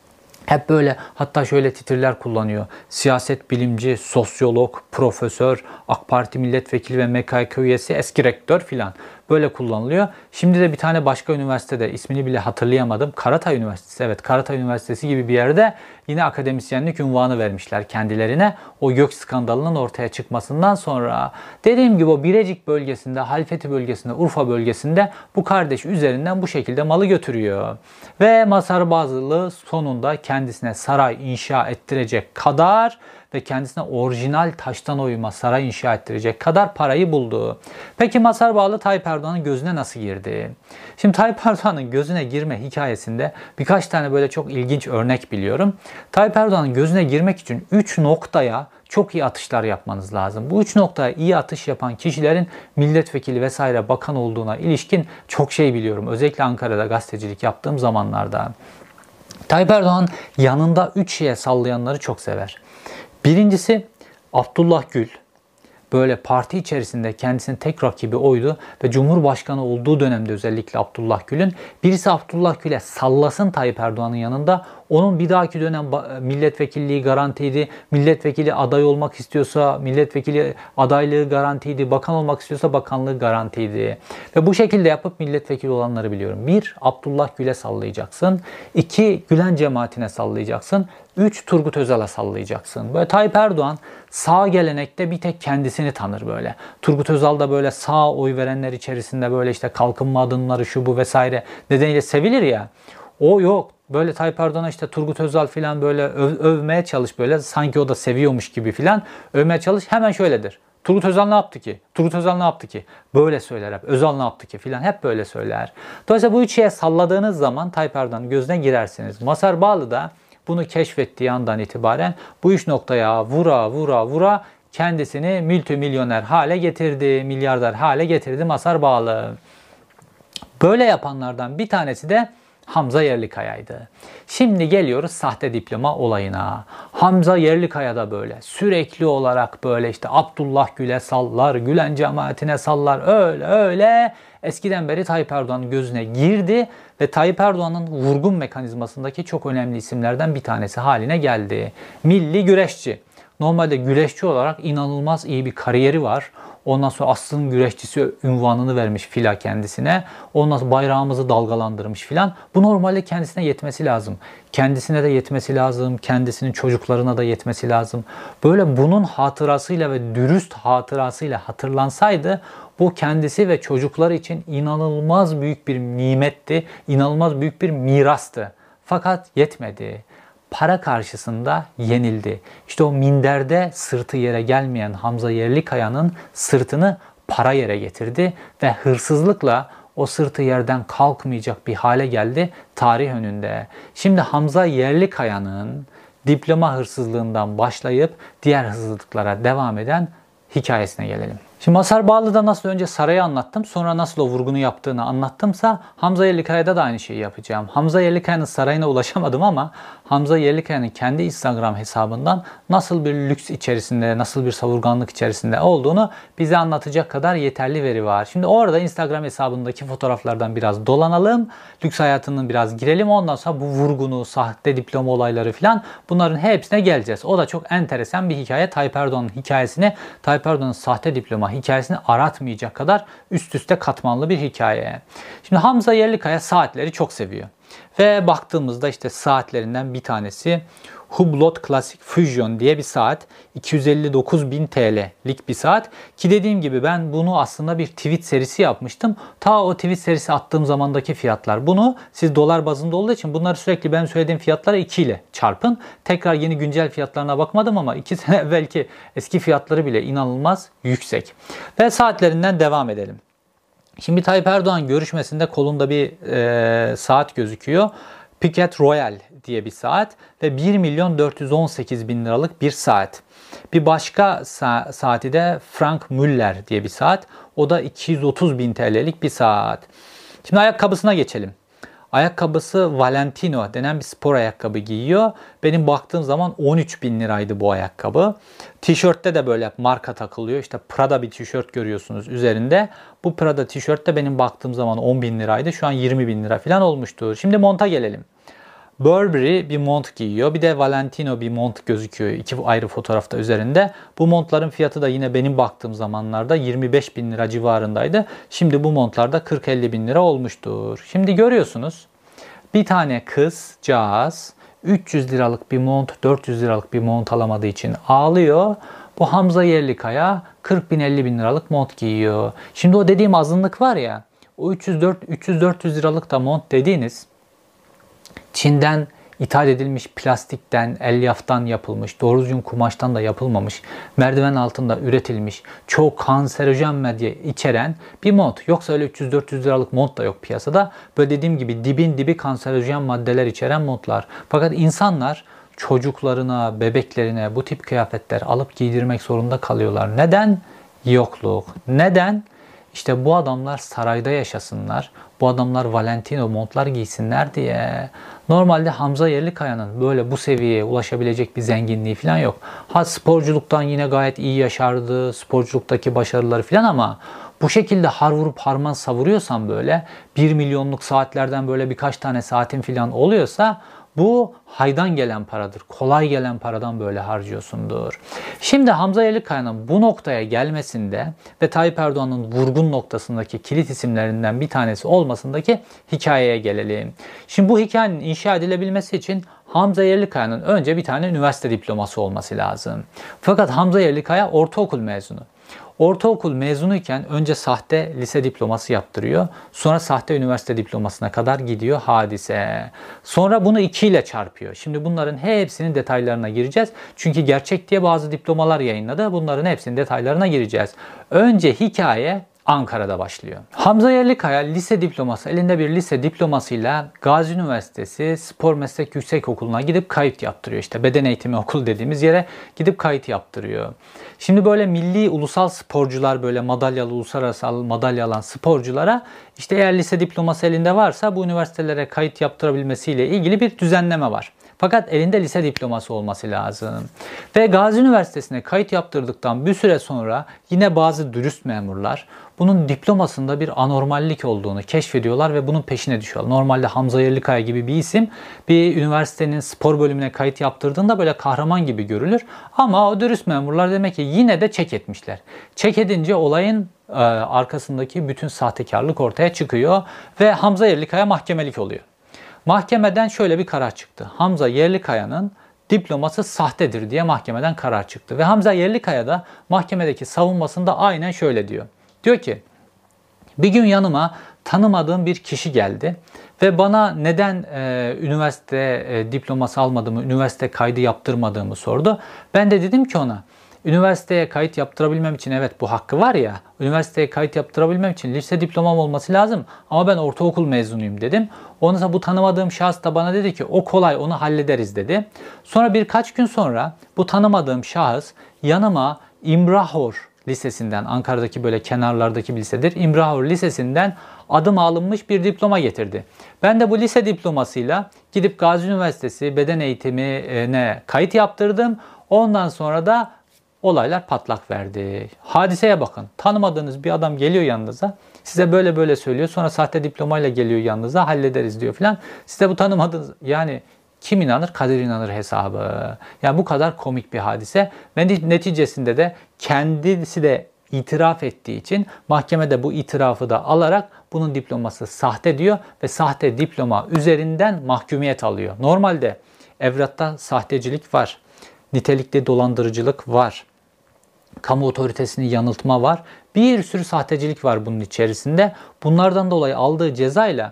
Hep böyle, hatta şöyle titirler kullanıyor. Siyaset bilimci, sosyolog, profesör, AK Parti milletvekili ve MKK üyesi, eski rektör filan. Böyle kullanılıyor. Şimdi de bir tane başka üniversitede, ismini bile hatırlayamadım. Karatay Üniversitesi, evet Karatay Üniversitesi gibi bir yerde yine akademisyenlik unvanı vermişler kendilerine. O YÖK skandalının ortaya çıkmasından sonra. Dediğim gibi o Birecik bölgesinde, Halfeti bölgesinde, Urfa bölgesinde bu kardeş üzerinden bu şekilde malı götürüyor. Ve Mazhar Bağlı sonunda kendisine saray inşa ettirecek kadar ve kendisine orijinal taştan oyma saray inşa ettirecek kadar parayı buldu. Peki Mazhar Bağlı Tayyip Erdoğan'ın gözüne nasıl girdi? Şimdi Tayyip Erdoğan'ın gözüne girme hikayesinde birkaç tane böyle çok ilginç örnek biliyorum. Tayyip Erdoğan'ın gözüne girmek için 3 noktaya çok iyi atışlar yapmanız lazım. Bu 3 noktaya iyi atış yapan kişilerin milletvekili vesaire bakan olduğuna ilişkin çok şey biliyorum. Özellikle Ankara'da gazetecilik yaptığım zamanlarda. Tayyip Erdoğan yanında 3 şeye sallayanları çok sever. Birincisi Abdullah Gül. böyle parti içerisinde kendisinin tek rakibi oydu ve Cumhurbaşkanı olduğu dönemde özellikle Abdullah Gül'ün birisi Abdullah Gül'e sallasın Tayyip Erdoğan'ın yanında, onun bir dahaki dönem milletvekilliği garantiydi, milletvekili aday olmak istiyorsa milletvekili adaylığı garantiydi, bakan olmak istiyorsa bakanlığı garantiydi. Ve bu şekilde yapıp milletvekili olanları biliyorum. 1. Abdullah Gül'e sallayacaksın. 2. Gülen cemaatine sallayacaksın. 3. Turgut Özal'a sallayacaksın. Böyle Tayyip Erdoğan sağ gelenekte bir tek kendisini tanır böyle. Turgut Özal da böyle sağ oy verenler içerisinde böyle işte kalkınma adımları şu bu vesaire nedeniyle sevilir ya. O yok. Böyle Tayyip Erdoğan'a işte Turgut Özal filan böyle övmeye çalış böyle. Sanki o da seviyormuş gibi filan övmeye çalış. Hemen şöyledir. Turgut Özal ne yaptı ki? Turgut Özal ne yaptı ki? Böyle söyler hep. Özal ne yaptı ki filan hep böyle söyler. Dolayısıyla bu üç şeye salladığınız zaman Tayyip Erdoğan'ın gözüne girersiniz. Mazhar Bağlı da bunu keşfettiği andan itibaren bu üç noktaya vura kendisini multimilyoner hale getirdi, milyarder hale getirdi Mazhar Bağlı. Böyle yapanlardan bir tanesi de Hamza Yerlikaya'ydı. Şimdi geliyoruz sahte diploma olayına. Hamza Yerlikaya da böyle sürekli olarak böyle işte Abdullah Gül'e sallar, Gülen cemaatine sallar, öyle eskiden beri Tayyip Erdoğan'ın gözüne girdi ve Tayyip Erdoğan'ın vurgun mekanizmasındaki çok önemli isimlerden bir tanesi haline geldi. Milli güreşçi. Normalde güreşçi olarak inanılmaz iyi bir kariyeri var. Ondan sonra asrın güreşçisi unvanını vermiş fila kendisine. Ondan sonra bayrağımızı dalgalandırmış filan. Bu normalde kendisine yetmesi lazım. Kendisine de yetmesi lazım. Kendisinin çocuklarına da yetmesi lazım. Böyle bunun hatırasıyla ve dürüst hatırasıyla hatırlansaydı bu kendisi ve çocukları için inanılmaz büyük bir nimetti. İnanılmaz büyük bir mirastı. Fakat yetmedi. Para karşısında yenildi. İşte o minderde sırtı yere gelmeyen Hamza Yerlikaya'nın sırtını para yere getirdi ve hırsızlıkla o sırtı yerden kalkmayacak bir hale geldi tarih önünde. Şimdi Hamza Yerlikaya'nın diploma hırsızlığından başlayıp diğer hırsızlıklara devam eden hikayesine gelelim. Şimdi Mazhar Bağlı'da nasıl önce sarayı anlattım, sonra nasıl o vurgunu yaptığını anlattımsa Hamza Yerlikaya'da da aynı şeyi yapacağım. Hamza Yerlikaya'nın sarayına ulaşamadım ama Hamza Yerlikaya'nın kendi Instagram hesabından nasıl bir lüks içerisinde, nasıl bir savurganlık içerisinde olduğunu bize anlatacak kadar yeterli veri var. Şimdi orada Instagram hesabındaki fotoğraflardan biraz dolanalım, lüks hayatının biraz girelim. Ondan sonra bu vurgunu, sahte diploma olayları falan bunların hepsine geleceğiz. O da çok enteresan bir hikaye. Tayyip Erdoğan'ın hikayesini, Tayyip Erdoğan'ın sahte diploma hikayesini aratmayacak kadar üst üste katmanlı bir hikaye. Şimdi Hamza Yerlikaya saatleri çok seviyor. Ve baktığımızda işte saatlerinden bir tanesi Hublot Classic Fusion diye bir saat. 259.000 TL'lik bir saat. Ki dediğim gibi ben bunu aslında bir tweet serisi yapmıştım. Ta o tweet serisi attığım zamandaki fiyatlar. Bunu siz dolar bazında olduğu için bunları sürekli benim söylediğim fiyatlara 2 ile çarpın. Tekrar yeni güncel fiyatlarına bakmadım ama 2 sene evvelki eski fiyatları bile inanılmaz yüksek. Ve saatlerinden devam edelim. Şimdi Tayyip Erdoğan görüşmesinde kolunda bir saat gözüküyor. Piquet Royal diye bir saat ve 1.418.000 liralık bir saat. Bir başka saati de Frank Müller diye bir saat. O da 230.000 TL'lik bir saat. Şimdi ayakkabısına geçelim. Ayakkabısı Valentino denen bir spor ayakkabı giyiyor. Benim baktığım zaman 13.000 liraydı bu ayakkabı. Tişörtte de böyle marka takılıyor. İşte Prada bir tişört görüyorsunuz üzerinde. Bu Prada tişört de benim baktığım zaman 10.000 liraydı. Şu an 20.000 lira falan olmuştur. Şimdi monta gelelim. Burberry bir mont giyiyor. Bir de Valentino bir mont gözüküyor. İki ayrı fotoğrafta üzerinde. Bu montların fiyatı da yine benim baktığım zamanlarda 25.000 lira civarındaydı. Şimdi bu montlarda 40-50 bin lira olmuştur. Şimdi görüyorsunuz bir tane kızcağız 300 liralık bir mont, 400 liralık bir mont alamadığı için ağlıyor. Bu Hamza Yerlikaya 40 bin 50 bin liralık mont giyiyor. Şimdi o dediğim azınlık var ya, o 300-400 liralık da mont dediğiniz Çin'den ithal edilmiş plastikten, elyaftan yapılmış, doğru düzgün kumaştan da yapılmamış, merdiven altında üretilmiş, çok kanserojen madde içeren bir mont. Yoksa öyle 300-400 liralık mont da yok piyasada. Böyle dediğim gibi dibin dibi kanserojen maddeler içeren montlar. Fakat insanlar çocuklarına, bebeklerine bu tip kıyafetler alıp giydirmek zorunda kalıyorlar. Neden? Yokluk. Neden? İşte bu adamlar sarayda yaşasınlar, bu adamlar Valentino montlar giysinler diye. Normalde Hamza Yerlikaya'nın böyle bu seviyeye ulaşabilecek bir zenginliği falan yok. Ha, sporculuktan yine gayet iyi yaşardı, sporculuktaki başarıları falan, ama bu şekilde har vurup harman savuruyorsan, böyle 1 milyonluk saatlerden böyle birkaç tane saatin falan oluyorsa, bu haydan gelen paradır. Kolay gelen paradan böyle harcıyorsundur. Şimdi Hamza Yerlikaya'nın bu noktaya gelmesinde ve Tayyip Erdoğan'ın vurgun noktasındaki kilit isimlerinden bir tanesi olmasındaki hikayeye gelelim. Şimdi bu hikayenin inşa edilebilmesi için Hamza Yerlikaya'nın önce bir tane üniversite diploması olması lazım. Fakat Hamza Yerlikaya ortaokul mezunu. Ortaokul mezunuyken önce sahte lise diploması yaptırıyor. Sonra sahte üniversite diplomasına kadar gidiyor hadise. Sonra bunu 2 ile çarpıyor. Şimdi bunların hepsinin detaylarına gireceğiz. Çünkü Gerçek diye bazı diplomalar yayınladı. Bunların hepsinin detaylarına gireceğiz. Önce hikaye Ankara'da başlıyor. Hamza Yerlikaya lise diploması, elinde bir lise diplomasıyla Gazi Üniversitesi Spor Meslek Yüksekokulu'na gidip kayıt yaptırıyor. İşte beden eğitimi okulu dediğimiz yere gidip kayıt yaptırıyor. Şimdi böyle milli ulusal sporcular, böyle madalyalı, uluslararası madalya alan sporculara işte eğer lise diploması elinde varsa bu üniversitelere kayıt yaptırabilmesiyle ilgili bir düzenleme var. Fakat elinde lise diploması olması lazım. Ve Gazi Üniversitesi'ne kayıt yaptırdıktan bir süre sonra yine bazı dürüst memurlar bunun diplomasında bir anormallik olduğunu keşfediyorlar ve bunun peşine düşüyorlar. Normalde Hamza Yerlikaya gibi bir isim bir üniversitenin spor bölümüne kayıt yaptırdığında böyle kahraman gibi görülür. Ama o dürüst memurlar demek ki yine de çek etmişler. Çek edince olayın arkasındaki bütün sahtekarlık ortaya çıkıyor ve Hamza Yerlikaya mahkemelik oluyor. Mahkemeden şöyle bir karar çıktı. Hamza Yerlikaya'nın diploması sahtedir diye mahkemeden karar çıktı. Ve Hamza Yerlikaya da mahkemedeki savunmasında aynen şöyle diyor. Diyor ki, bir gün yanıma tanımadığım bir kişi geldi ve bana neden üniversite diploması almadığımı, üniversite kaydı yaptırmadığımı sordu. Ben de dedim ki ona, üniversiteye kayıt yaptırabilmem için evet bu hakkı var ya, üniversiteye kayıt yaptırabilmem için lise diplomam olması lazım ama ben ortaokul mezunuyum dedim. Ondan sonra bu tanımadığım şahıs da bana dedi ki o kolay, onu hallederiz dedi. Sonra birkaç gün sonra bu tanımadığım şahıs yanıma İmrahor Lisesi'nden, Ankara'daki böyle kenarlardaki bir lisedir, İmrahor Lisesi'nden adıma alınmış bir diploma getirdi. Ben de bu lise diplomasıyla gidip Gazi Üniversitesi beden eğitimine kayıt yaptırdım. Ondan sonra da olaylar patlak verdi. Hadiseye bakın. Tanımadığınız bir adam geliyor yanınıza. Size böyle böyle söylüyor. Sonra sahte diplomayla geliyor yanınıza. Hallederiz diyor filan. Size bu tanımadığınız, yani kim inanır? Kadir inanır hesabı. Yani bu kadar komik bir hadise. Ve neticesinde de kendisi de itiraf ettiği için mahkemede bu itirafı da alarak bunun diploması sahte diyor ve sahte diploma üzerinden mahkumiyet alıyor. Normalde evratta sahtecilik var. Nitelikli dolandırıcılık var. Kamu otoritesini yanıltma var. Bir sürü sahtecilik var bunun içerisinde. Bunlardan dolayı aldığı cezayla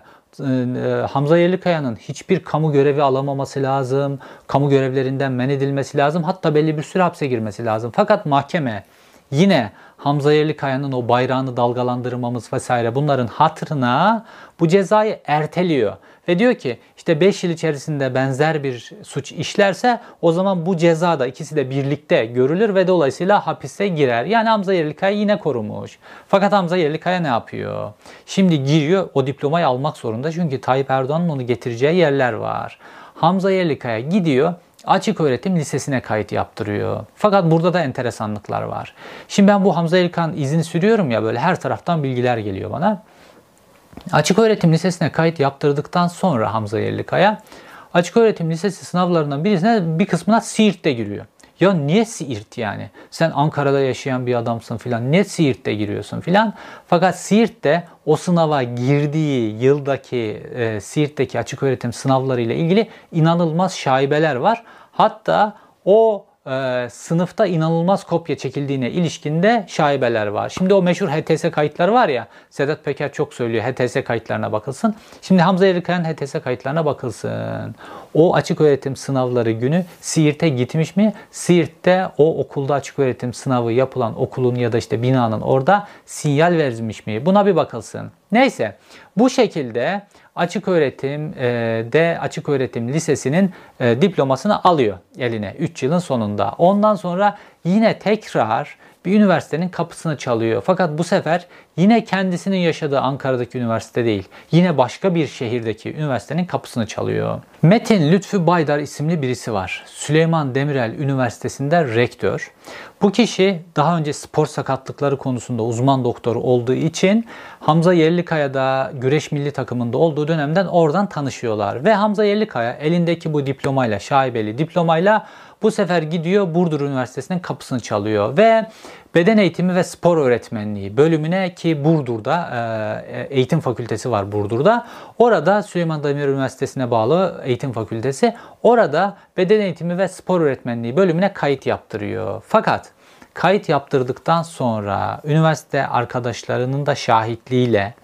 Hamza Yerlikaya'nın hiçbir kamu görevi alamaması lazım. Kamu görevlerinden men edilmesi lazım. Hatta belli bir süre hapse girmesi lazım. Fakat mahkeme yine Hamza Yerlikaya'nın o bayrağını dalgalandırmamız vesaire bunların hatırına bu cezayı erteliyor. Ve diyor ki işte 5 yıl içerisinde benzer bir suç işlerse o zaman bu ceza da ikisi de birlikte görülür ve dolayısıyla hapise girer. Yani Hamza Yerlikaya yine korumuş. Fakat Hamza Yerlikaya ne yapıyor? Şimdi giriyor, o diplomayı almak zorunda çünkü Tayyip Erdoğan'ın onu getireceği yerler var. Hamza Yerlikaya gidiyor, açık öğretim lisesine kayıt yaptırıyor. Fakat burada da enteresanlıklar var. Şimdi ben bu Hamza Yerlikaya'nın izini sürüyorum ya, böyle her taraftan bilgiler geliyor bana. Açık öğretim lisesine kayıt yaptırdıktan sonra Hamza Yerlikaya açık öğretim lisesi sınavlarından birisine bir kısmına Siirt'te giriyor. Ya niye Siirt yani? Sen Ankara'da yaşayan bir adamsın filan. Niye Siirt'te giriyorsun filan? Fakat Siirt'te o sınava girdiği yıldaki Siirt'teki açık öğretim sınavları ile ilgili inanılmaz şaibeler var. Hatta o sınıfta inanılmaz kopya çekildiğine ilişkinde şaibeler var. Şimdi o meşhur HTS kayıtları var ya, Sedat Peker çok söylüyor, HTS kayıtlarına bakılsın. Şimdi Hamza Yerlikaya'nın HTS kayıtlarına bakılsın. O açık öğretim sınavları günü Siirt'e gitmiş mi? Siirt'te o okulda açık öğretim sınavı yapılan okulun ya da işte binanın orada sinyal vermiş mi? Buna bir bakılsın. Neyse, bu şekilde açık öğretim lisesinin diplomasını alıyor eline 3 yılın sonunda. Ondan sonra yine tekrar bir üniversitenin kapısını çalıyor. Fakat bu sefer yine kendisinin yaşadığı Ankara'daki üniversite değil, yine başka bir şehirdeki üniversitenin kapısını çalıyor. Metin Lütfü Baydar isimli birisi var. Süleyman Demirel Üniversitesi'nde rektör. Bu kişi daha önce spor sakatlıkları konusunda uzman doktor olduğu için Hamza Yerlikaya'da güreş milli takımında olduğu dönemden oradan tanışıyorlar. Ve Hamza Yerlikaya elindeki bu diplomayla, şaibeli diplomayla bu sefer gidiyor Burdur Üniversitesi'nin kapısını çalıyor ve beden eğitimi ve spor öğretmenliği bölümüne, ki Burdur'da eğitim fakültesi var Burdur'da. Orada Süleyman Demirel Üniversitesi'ne bağlı eğitim fakültesi. Orada beden eğitimi ve spor öğretmenliği bölümüne kayıt yaptırıyor. Fakat kayıt yaptırdıktan sonra üniversite arkadaşlarının da şahitliğiyle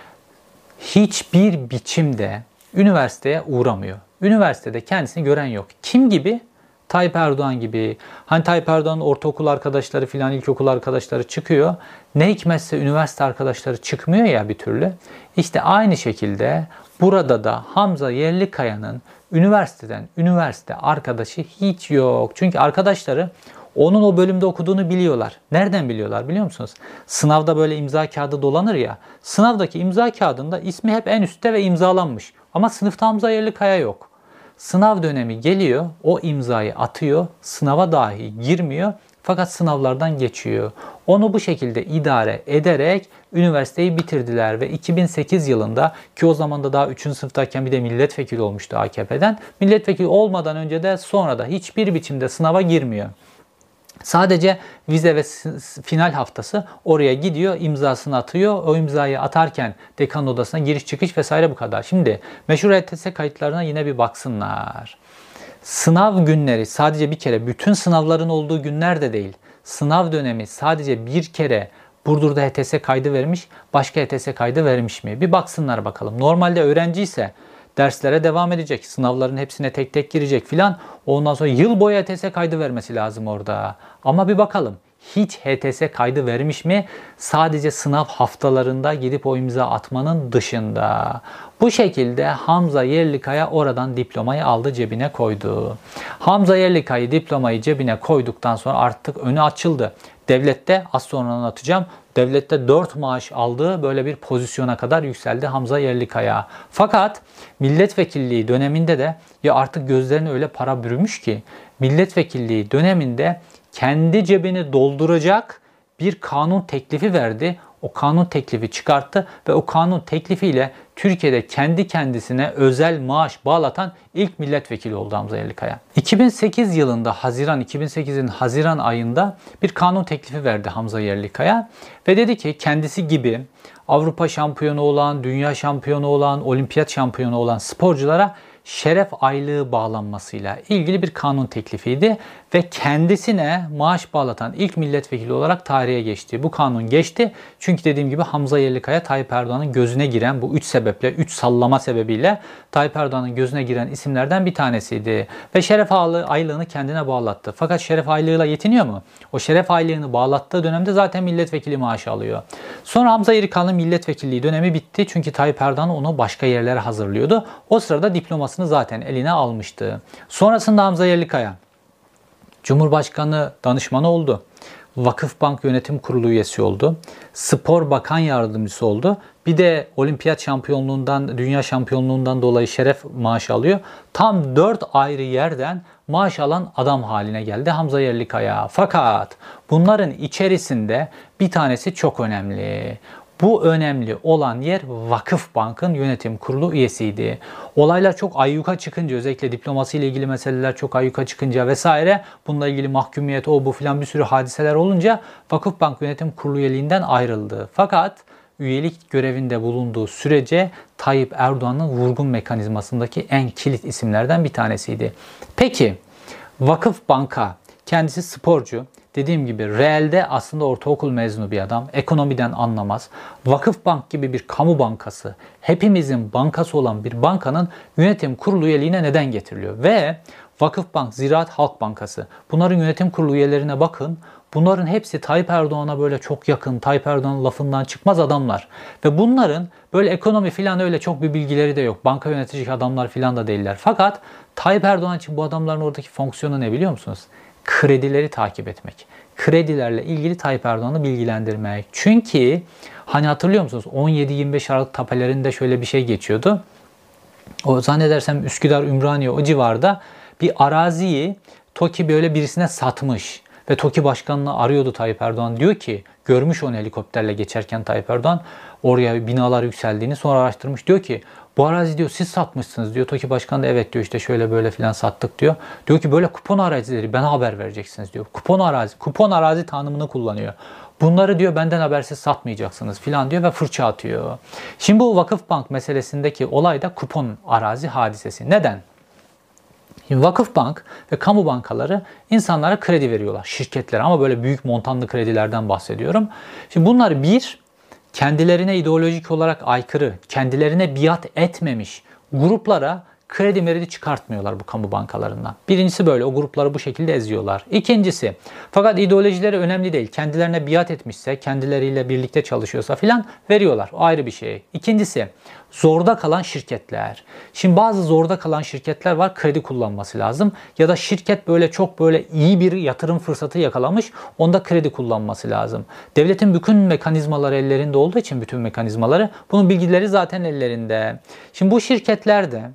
hiçbir biçimde üniversiteye uğramıyor. Üniversitede kendisini gören yok. Kim gibi? Tayyip Erdoğan gibi. Hani Tayyip Erdoğan'ın ortaokul arkadaşları filan, ilkokul arkadaşları çıkıyor. Ne hikmetse üniversite arkadaşları çıkmıyor ya bir türlü. İşte aynı şekilde burada da Hamza Yerlikaya'nın üniversiteden üniversite arkadaşı hiç yok. Çünkü arkadaşları onun o bölümde okuduğunu biliyorlar. Nereden biliyorlar biliyor musunuz? Sınavda böyle imza kağıdı dolanır ya. Sınavdaki imza kağıdında ismi hep en üstte ve imzalanmış. Ama sınıfta Hamza Yerlikaya yok. Sınav dönemi geliyor, o imzayı atıyor, sınava dahi girmiyor fakat sınavlardan geçiyor. Onu bu şekilde idare ederek üniversiteyi bitirdiler ve 2008 yılında, ki o zaman da daha 3. sınıftayken bir de milletvekili olmuştu AKP'den. Milletvekili olmadan önce de sonra da hiçbir biçimde sınava girmiyor. Sadece vize ve final haftası oraya gidiyor, imzasını atıyor. O imzayı atarken dekan odasına giriş çıkış vesaire bu kadar. Şimdi meşhur HTS kayıtlarına yine bir baksınlar. Sınav günleri sadece bir kere, bütün sınavların olduğu günler de değil. Sınav dönemi sadece bir kere Burdur'da HTS kaydı vermiş, başka HTS kaydı vermiş mi? Bir baksınlar bakalım. Normalde öğrenci ise derslere devam edecek. Sınavların hepsine tek tek girecek filan. Ondan sonra yıl boyu HTS kaydı vermesi lazım orada. Ama bir bakalım. Hiç HTS kaydı vermiş mi? Sadece sınav haftalarında gidip o imza atmanın dışında. Bu şekilde Hamza Yerlikaya oradan diplomayı aldı, cebine koydu. Hamza Yerlikaya diplomayı cebine koyduktan sonra artık önü açıldı. Devlette, az sonra anlatacağım, devlette 4 maaş aldığı böyle bir pozisyona kadar yükseldi Hamza Yerlikaya. Fakat milletvekilliği döneminde de ya artık gözlerine öyle para bürümüş ki milletvekilliği döneminde kendi cebini dolduracak bir kanun teklifi verdi. O kanun teklifi çıkarttı ve o kanun teklifiyle Türkiye'de kendi kendisine özel maaş bağlatan ilk milletvekili oldu Hamza Yerlikaya. 2008 yılında 2008'in Haziran ayında bir kanun teklifi verdi Hamza Yerlikaya ve dedi ki kendisi gibi Avrupa şampiyonu olan, dünya şampiyonu olan, olimpiyat şampiyonu olan sporculara şeref aylığı bağlanmasıyla ilgili bir kanun teklifiydi ve kendisine maaş bağlatan ilk milletvekili olarak tarihe geçti. Bu kanun geçti çünkü dediğim gibi Hamza Yerlikaya Tayyip Erdoğan'ın gözüne giren, bu 3 sebeple, 3 sallama sebebiyle Tayyip Erdoğan'ın gözüne giren isimlerden bir tanesiydi. Ve şeref aylığını kendine bağlattı. Fakat şeref aylığıyla yetiniyor mu? O şeref aylığını bağlattığı dönemde zaten milletvekili maaşı alıyor. Sonra Hamza Yerlikaya'nın milletvekilliği dönemi bitti çünkü Tayyip Erdoğan onu başka yerlere hazırlıyordu. O sırada diplomasını zaten eline almıştı. Sonrasında Hamza Yerlikaya Cumhurbaşkanı danışmanı oldu. Vakıfbank Yönetim Kurulu üyesi oldu. Spor Bakan Yardımcısı oldu. Bir de olimpiyat şampiyonluğundan, dünya şampiyonluğundan dolayı şeref maaşı alıyor. Tam 4 ayrı yerden maaş alan adam haline geldi Hamza Yerlikaya. Fakat bunların içerisinde bir tanesi çok önemli. Bu önemli olan yer Vakıfbank'ın yönetim kurulu üyesiydi. Olaylar çok ayyuka çıkınca, özellikle diplomasi ile ilgili meseleler çok ayyuka çıkınca vesaire, bununla ilgili mahkumiyet, o bu filan bir sürü hadiseler olunca Vakıfbank yönetim kurulu üyeliğinden ayrıldı. Fakat üyelik görevinde bulunduğu sürece Tayyip Erdoğan'ın vurgun mekanizmasındaki en kilit isimlerden bir tanesiydi. Peki Vakıfbank'a, kendisi sporcu, dediğim gibi realde aslında ortaokul mezunu bir adam, ekonomiden anlamaz. Vakıfbank gibi bir kamu bankası, hepimizin bankası olan bir bankanın yönetim kurulu üyeliğine neden getiriliyor? Ve Vakıfbank, Ziraat Halk Bankası, bunların yönetim kurulu üyelerine bakın. Bunların hepsi Tayyip Erdoğan'a böyle çok yakın, Tayyip Erdoğan'ın lafından çıkmaz adamlar. Ve bunların böyle ekonomi filan öyle çok bir bilgileri de yok. Banka yönetici adamlar filan da değiller. Fakat Tayyip Erdoğan için bu adamların oradaki fonksiyonu ne biliyor musunuz? Kredileri takip etmek. kredilerle ilgili Tayyip Erdoğan'ı bilgilendirmek. Çünkü hani hatırlıyor musunuz 17-25 Aralık tapelerinde şöyle bir şey geçiyordu. O zannedersem Üsküdar, Ümraniye o civarda bir araziyi TOKİ böyle birisine satmış. Ve TOKİ başkanını arıyordu Tayyip Erdoğan. Diyor ki görmüş onu helikopterle geçerken Tayyip Erdoğan oraya binalar yükseldiğini sonra araştırmış. Diyor ki bu arazi diyor siz satmışsınız diyor. TOKİ başkanı da evet diyor işte şöyle böyle filan sattık diyor. Diyor ki böyle kupon arazileri bana haber vereceksiniz diyor. Kupon arazi tanımını kullanıyor. Bunları diyor benden habersiz satmayacaksınız filan diyor ve fırça atıyor. Şimdi bu Vakıfbank meselesindeki olay da kupon arazi hadisesi. Neden? Şimdi Vakıfbank ve kamu bankaları insanlara kredi veriyorlar, şirketlere ama böyle büyük montanlı kredilerden bahsediyorum. Şimdi bunlar kendilerine ideolojik olarak aykırı, kendilerine biat etmemiş gruplara kredi çıkartmıyorlar bu kamu bankalarından. Birincisi böyle, o grupları bu şekilde eziyorlar. İkincisi, fakat ideolojileri önemli değil. Kendilerine biat etmişse, kendileriyle birlikte çalışıyorsa filan veriyorlar. O ayrı bir şey. İkincisi, zorda kalan şirketler. Şimdi bazı zorda kalan şirketler var, kredi kullanması lazım. Ya da şirket böyle çok böyle iyi bir yatırım fırsatı yakalamış, onda kredi kullanması lazım. Devletin bütün mekanizmaları ellerinde olduğu için bütün mekanizmaları, bunun bilgileri zaten ellerinde. Şimdi bu şirketler de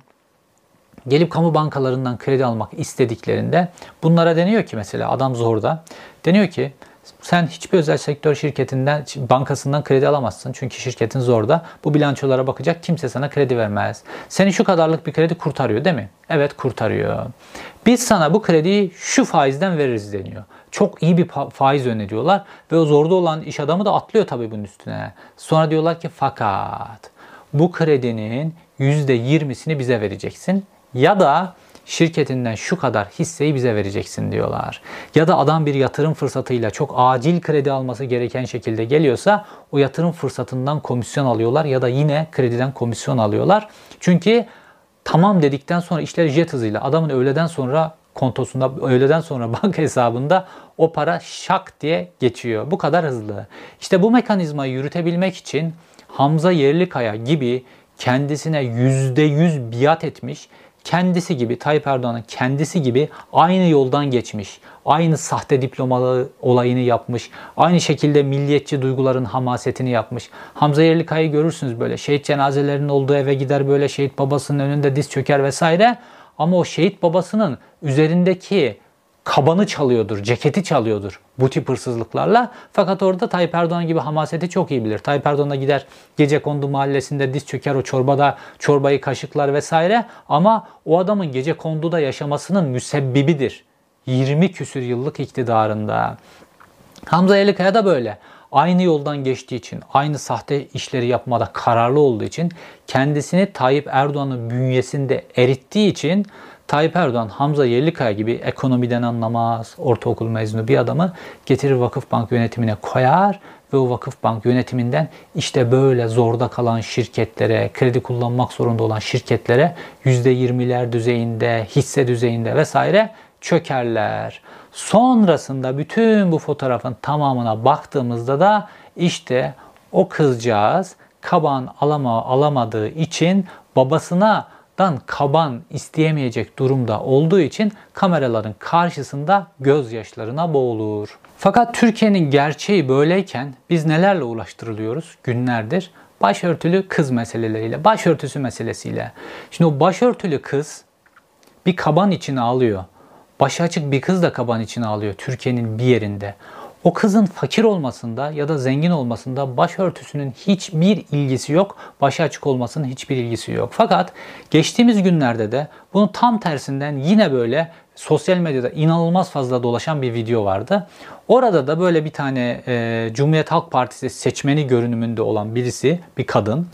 gelip kamu bankalarından kredi almak istediklerinde bunlara deniyor ki mesela adam zorda. Deniyor ki sen hiçbir özel sektör şirketinden, bankasından kredi alamazsın. Çünkü şirketin zorda. Bu bilançolara bakacak, kimse sana kredi vermez. Seni şu kadarlık bir kredi kurtarıyor değil mi? Evet kurtarıyor. Biz sana bu krediyi şu faizden veririz deniyor. Çok iyi bir faiz öneriyorlar ve o zorda olan iş adamı da atlıyor tabii bunun üstüne. Sonra diyorlar ki fakat bu kredinin %20'sini bize vereceksin. Ya da şirketinden şu kadar hisseyi bize vereceksin diyorlar. Ya da adam bir yatırım fırsatıyla çok acil kredi alması gereken şekilde geliyorsa o yatırım fırsatından komisyon alıyorlar ya da yine krediden komisyon alıyorlar. Çünkü tamam dedikten sonra işler jet hızıyla adamın öğleden sonra kontosunda, öğleden sonra banka hesabında o para şak diye geçiyor. Bu kadar hızlı. İşte bu mekanizmayı yürütebilmek için Hamza Yerlikaya gibi kendisine %100 biat etmiş, kendisi gibi, Tayyip Erdoğan'ın kendisi gibi aynı yoldan geçmiş, aynı sahte diplomalı olayını yapmış, aynı şekilde milliyetçi duyguların hamasetini yapmış. Hamza Yerlikaya'yı görürsünüz böyle şehit cenazelerinin olduğu eve gider böyle şehit babasının önünde diz çöker vesaire. Ama o şehit babasının üzerindeki kabanı çalıyordur, ceketi çalıyordur bu tip hırsızlıklarla. Fakat orada Tayyip Erdoğan gibi hamaseti çok iyi bilir. Tayyip Erdoğan da gider Gecekondu mahallesinde diz çöker o çorbayı kaşıklar vesaire. Ama o adamın Gecekondu'da yaşamasının müsebbibidir. 20 küsür yıllık iktidarında. Hamza Yerlikaya da böyle. Aynı yoldan geçtiği için, aynı sahte işleri yapmada kararlı olduğu için, kendisini Tayyip Erdoğan'ın bünyesinde erittiği için Tayyip Erdoğan, Hamza Yerlikaya gibi ekonomiden anlamaz, ortaokul mezunu bir adamı getirir Vakıfbank yönetimine koyar ve o Vakıfbank yönetiminden işte böyle zorda kalan şirketlere, kredi kullanmak zorunda olan şirketlere %20'ler düzeyinde, hisse düzeyinde vesaire çökerler. Sonrasında bütün bu fotoğrafın tamamına baktığımızda da işte o kızcağız kaban alamadığı için babasından kaban isteyemeyecek durumda olduğu için kameraların karşısında gözyaşlarına boğulur. Fakat Türkiye'nin gerçeği böyleyken biz nelerle uğraştırılıyoruz günlerdir? Başörtülü kız meseleleriyle, başörtüsü meselesiyle. Şimdi o başörtülü kız bir kaban içine alıyor. Başı açık bir kız da kaban içine alıyor Türkiye'nin bir yerinde. O kızın fakir olmasında ya da zengin olmasında başörtüsünün hiçbir ilgisi yok. Başı açık olmasının hiçbir ilgisi yok. Fakat geçtiğimiz günlerde de bunun tam tersinden yine böyle sosyal medyada inanılmaz fazla dolaşan bir video vardı. Orada da böyle bir tane Cumhuriyet Halk Partisi seçmeni görünümünde olan birisi, bir kadın,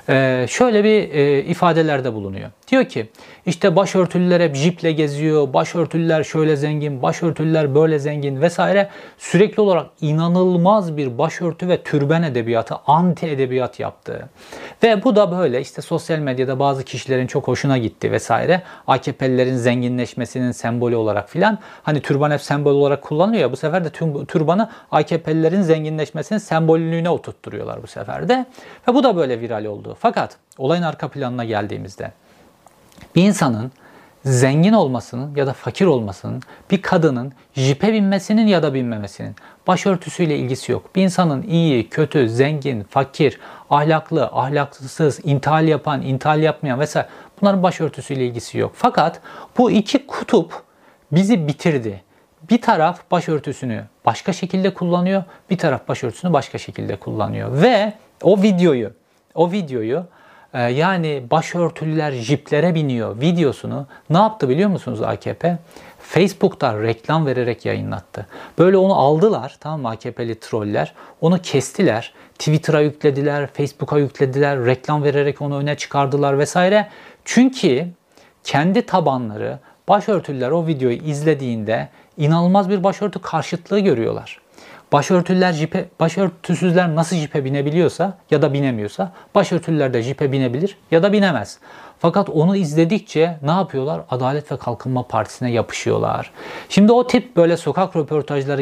şöyle bir ifadelerde bulunuyor. Diyor ki işte başörtülüler hep jiple geziyor, başörtülüler şöyle zengin, başörtülüler böyle zengin vesaire. Sürekli olarak inanılmaz bir başörtü ve türben edebiyatı, anti edebiyat yaptı. Ve bu da böyle işte sosyal medyada bazı kişilerin çok hoşuna gitti vesaire. AKP'lilerin zenginleşmesinin sembolü olarak filan. Hani türban hep sembol olarak kullanılıyor ya, bu sefer de türbanı AKP'lilerin zenginleşmesinin sembollüğüne oturtturuyorlar bu sefer de. Ve bu da böyle viral oldu. Fakat olayın arka planına geldiğimizde bir insanın zengin olmasının ya da fakir olmasının, bir kadının jipe binmesinin ya da binmemesinin başörtüsüyle ilgisi yok. Bir insanın iyi, kötü, zengin, fakir, ahlaklı, ahlaksız, intihal yapan, intihal yapmayan vesaire bunların başörtüsüyle ilgisi yok. Fakat bu iki kutup bizi bitirdi. Bir taraf başörtüsünü başka şekilde kullanıyor, bir taraf başörtüsünü başka şekilde kullanıyor. Ve o videoyu yani başörtülüler jiplere biniyor videosunu ne yaptı biliyor musunuz AKP? Facebook'ta reklam vererek yayınlattı. Böyle onu aldılar, tamam mı, AKP'li troller. Onu kestiler, Twitter'a yüklediler, Facebook'a yüklediler, reklam vererek onu öne çıkardılar vesaire. Çünkü kendi tabanları başörtülüler o videoyu izlediğinde inanılmaz bir başörtü karşıtlığı görüyorlar. Başörtüsüzler nasıl jipe binebiliyorsa ya da binemiyorsa başörtülüler de jipe binebilir ya da binemez. Fakat onu izledikçe ne yapıyorlar? Adalet ve Kalkınma Partisi'ne yapışıyorlar. Şimdi o tip böyle sokak röportajları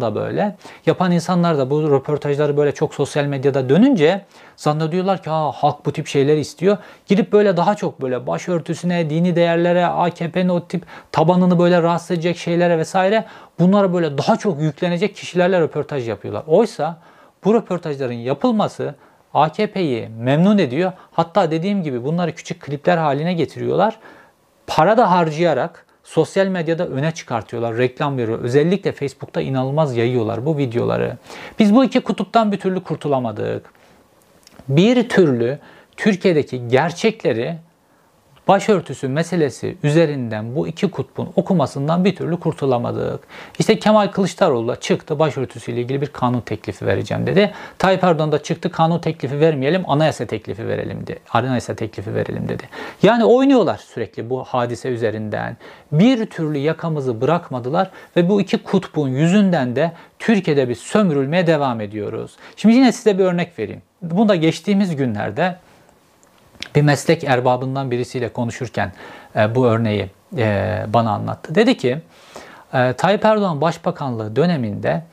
yapan insanlar da bu röportajları böyle çok sosyal medyada dönünce zannediyorlar ki halk bu tip şeyler istiyor. Gidip böyle daha çok böyle başörtüsüne, dini değerlere, AKP'nin o tip tabanını böyle rahatsız edecek şeylere vesaire bunlara böyle daha çok yüklenecek kişilerle röportaj yapıyorlar. Oysa bu röportajların yapılması AKP'yi memnun ediyor. Hatta dediğim gibi bunları küçük klipler haline getiriyorlar. Para da harcayarak sosyal medyada öne çıkartıyorlar, reklam veriyor. Özellikle Facebook'ta inanılmaz yayıyorlar bu videoları. Biz bu iki kutuptan bir türlü kurtulamadık. Bir türlü Türkiye'deki gerçekleri başörtüsü meselesi üzerinden bu iki kutbun okumasından bir türlü kurtulamadık. İşte Kemal Kılıçdaroğlu da çıktı, başörtüsüyle ilgili bir kanun teklifi vereceğim dedi. Tayyip Erdoğan da çıktı, kanun teklifi vermeyelim, anayasa teklifi verelim dedi. Yani oynuyorlar sürekli bu hadise üzerinden. Bir türlü yakamızı bırakmadılar ve bu iki kutbun yüzünden de Türkiye'de biz sömürülmeye devam ediyoruz. Şimdi yine size bir örnek vereyim. Bunu da geçtiğimiz günlerde bir meslek erbabından birisiyle konuşurken bu örneği bana anlattı. Dedi ki Tayyip Erdoğan Başbakanlığı döneminde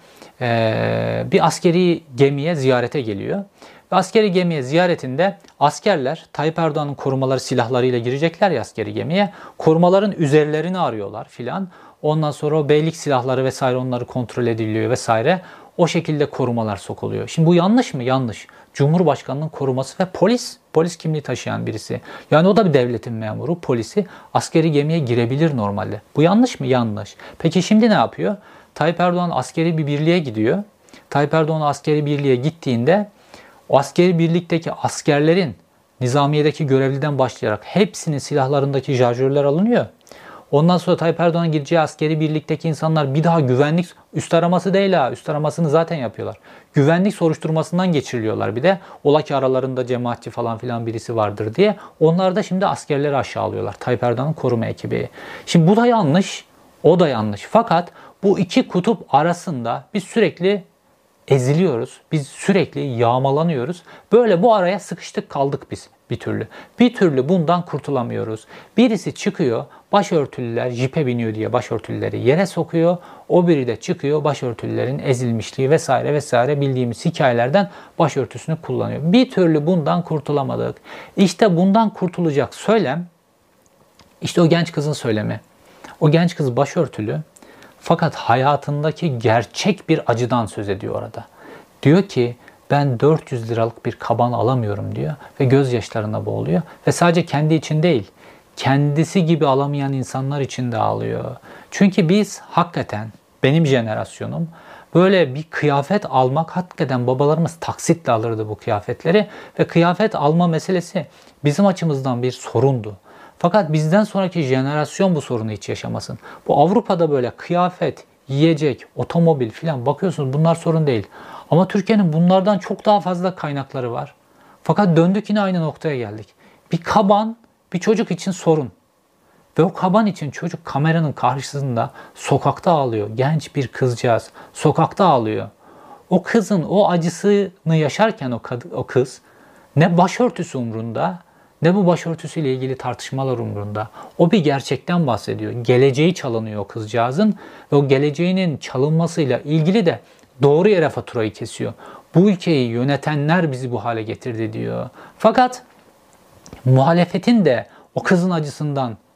bir askeri gemiye ziyarete geliyor. Ve askeri gemiye ziyaretinde askerler Tayyip Erdoğan'ın korumaları silahlarıyla girecekler ya askeri gemiye. Korumaların üzerlerini arıyorlar filan. Ondan sonra o beylik silahları vesaire onları kontrol ediliyor vesaire. O şekilde korumalar sokuluyor. Şimdi bu yanlış mı? Yanlış. Cumhurbaşkanının koruması ve polis kimliği taşıyan birisi. Yani o da bir devletin memuru, polisi askeri gemiye girebilir normalde. Bu yanlış mı? Yanlış. Peki şimdi ne yapıyor? Tayyip Erdoğan askeri bir birliğe gidiyor. Tayyip Erdoğan askeri birliğe gittiğinde o askeri birlikteki askerlerin nizamiyedeki görevliden başlayarak hepsinin silahlarındaki şarjörler alınıyor. Ondan sonra Tayyip Erdoğan'ın gideceği askeri birlikteki insanlar bir daha güvenlik üst araması değil ha. Üst aramasını zaten yapıyorlar. Güvenlik soruşturmasından geçiriliyorlar bir de. Ola ki aralarında cemaatçi falan filan birisi vardır diye. Onlar da şimdi askerleri aşağılıyorlar. Tayyip Erdoğan'ın koruma ekibi. Şimdi bu da yanlış. O da yanlış. Fakat bu iki kutup arasında biz sürekli eziliyoruz. Biz sürekli yağmalanıyoruz. Böyle bu araya sıkıştık kaldık biz bir türlü. Bir türlü bundan kurtulamıyoruz. Birisi çıkıyor, başörtülüler jipe biniyor diye başörtülüleri yere sokuyor. O biri de çıkıyor, başörtülülerin ezilmişliği vesaire vesaire bildiğimiz hikayelerden başörtüsünü kullanıyor. Bir türlü bundan kurtulamadık. İşte bundan kurtulacak söylem, işte o genç kızın söylemi. O genç kız başörtülü. Fakat hayatındaki gerçek bir acıdan söz ediyor orada. Diyor ki ben 400 liralık bir kaban alamıyorum diyor ve gözyaşlarına boğuluyor. Ve sadece kendi için değil, kendisi gibi alamayan insanlar için de ağlıyor. Çünkü biz hakikaten, benim jenerasyonum böyle bir kıyafet almak, hakikaten babalarımız taksitle alırdı bu kıyafetleri. Ve kıyafet alma meselesi bizim açımızdan bir sorundu. Fakat bizden sonraki jenerasyon bu sorunu hiç yaşamasın. Bu Avrupa'da böyle kıyafet, yiyecek, otomobil filan bakıyorsunuz bunlar sorun değil. Ama Türkiye'nin bunlardan çok daha fazla kaynakları var. Fakat döndük yine aynı noktaya geldik. Bir kaban bir çocuk için sorun. Ve o kaban için çocuk kameranın karşısında sokakta ağlıyor. Genç bir kızcağız sokakta ağlıyor. O kızın o acısını yaşarken o kız ne başörtüsü umrunda ne bu başörtüsüyle ilgili tartışmalar umrunda. O bir gerçekten bahsediyor. Geleceği çalınıyor o kızcağızın ve o geleceğinin çalınmasıyla ilgili de doğru yere faturayı kesiyor. Bu ülkeyi yönetenler bizi bu hale getirdi diyor. Fakat muhalefetin de o kızın acısından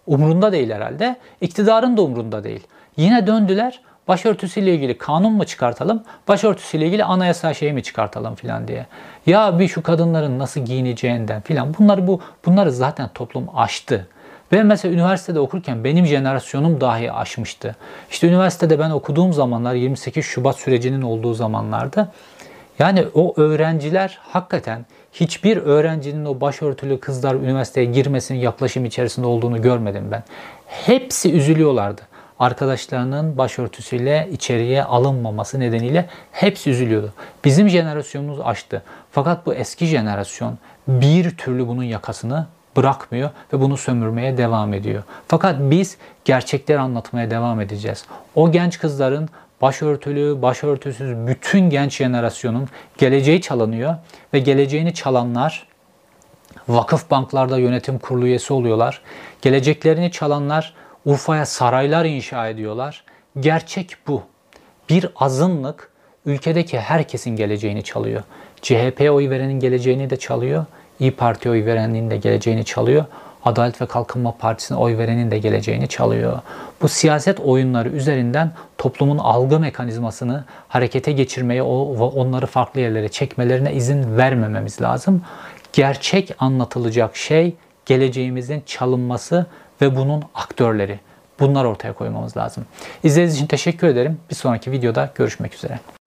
Umrunda değil herhalde. İktidarın da umrunda değil. Yine döndüler. Başörtüsüyle ilgili kanun mu çıkartalım? Başörtüsüyle ilgili anayasal şey mi çıkartalım filan diye. Ya bir şu kadınların nasıl giyineceğinden filan. Bunları zaten toplum aştı. Ben mesela üniversitede okurken benim jenerasyonum dahi aşmıştı. İşte üniversitede ben okuduğum zamanlar 28 Şubat sürecinin olduğu zamanlarda yani o öğrenciler hakikaten hiçbir öğrencinin o başörtülü kızlar üniversiteye girmesinin yaklaşım içerisinde olduğunu görmedim ben. Hepsi üzülüyorlardı. Arkadaşlarının başörtüsüyle içeriye alınmaması nedeniyle hepsi üzülüyordu. Bizim jenerasyonumuz aştı. Fakat bu eski jenerasyon bir türlü bunun yakasını bırakmıyor ve bunu sömürmeye devam ediyor. Fakat biz gerçekleri anlatmaya devam edeceğiz. O genç kızların başörtülü, başörtüsüz bütün genç jenerasyonun geleceği çalınıyor ve geleceğini çalanlar vakıf banklarda yönetim kurulu üyesi oluyorlar. Geleceklerini çalanlar Urfa'ya saraylar inşa ediyorlar. Gerçek bu. Bir azınlık ülkedeki herkesin geleceğini çalıyor. CHP'ye oy verenin geleceğini de çalıyor. İYİ Parti'ye oy verenin de geleceğini çalıyor. Adalet ve Kalkınma Partisi'ne oy verenin de geleceğini çalıyor. Bu siyaset oyunları üzerinden toplumun algı mekanizmasını harekete geçirmeye, onları farklı yerlere çekmelerine izin vermememiz lazım. Gerçek anlatılacak şey geleceğimizin çalınması ve bunun aktörleri. Bunlar ortaya koymamız lazım. İzlediğiniz için teşekkür ederim. Bir sonraki videoda görüşmek üzere.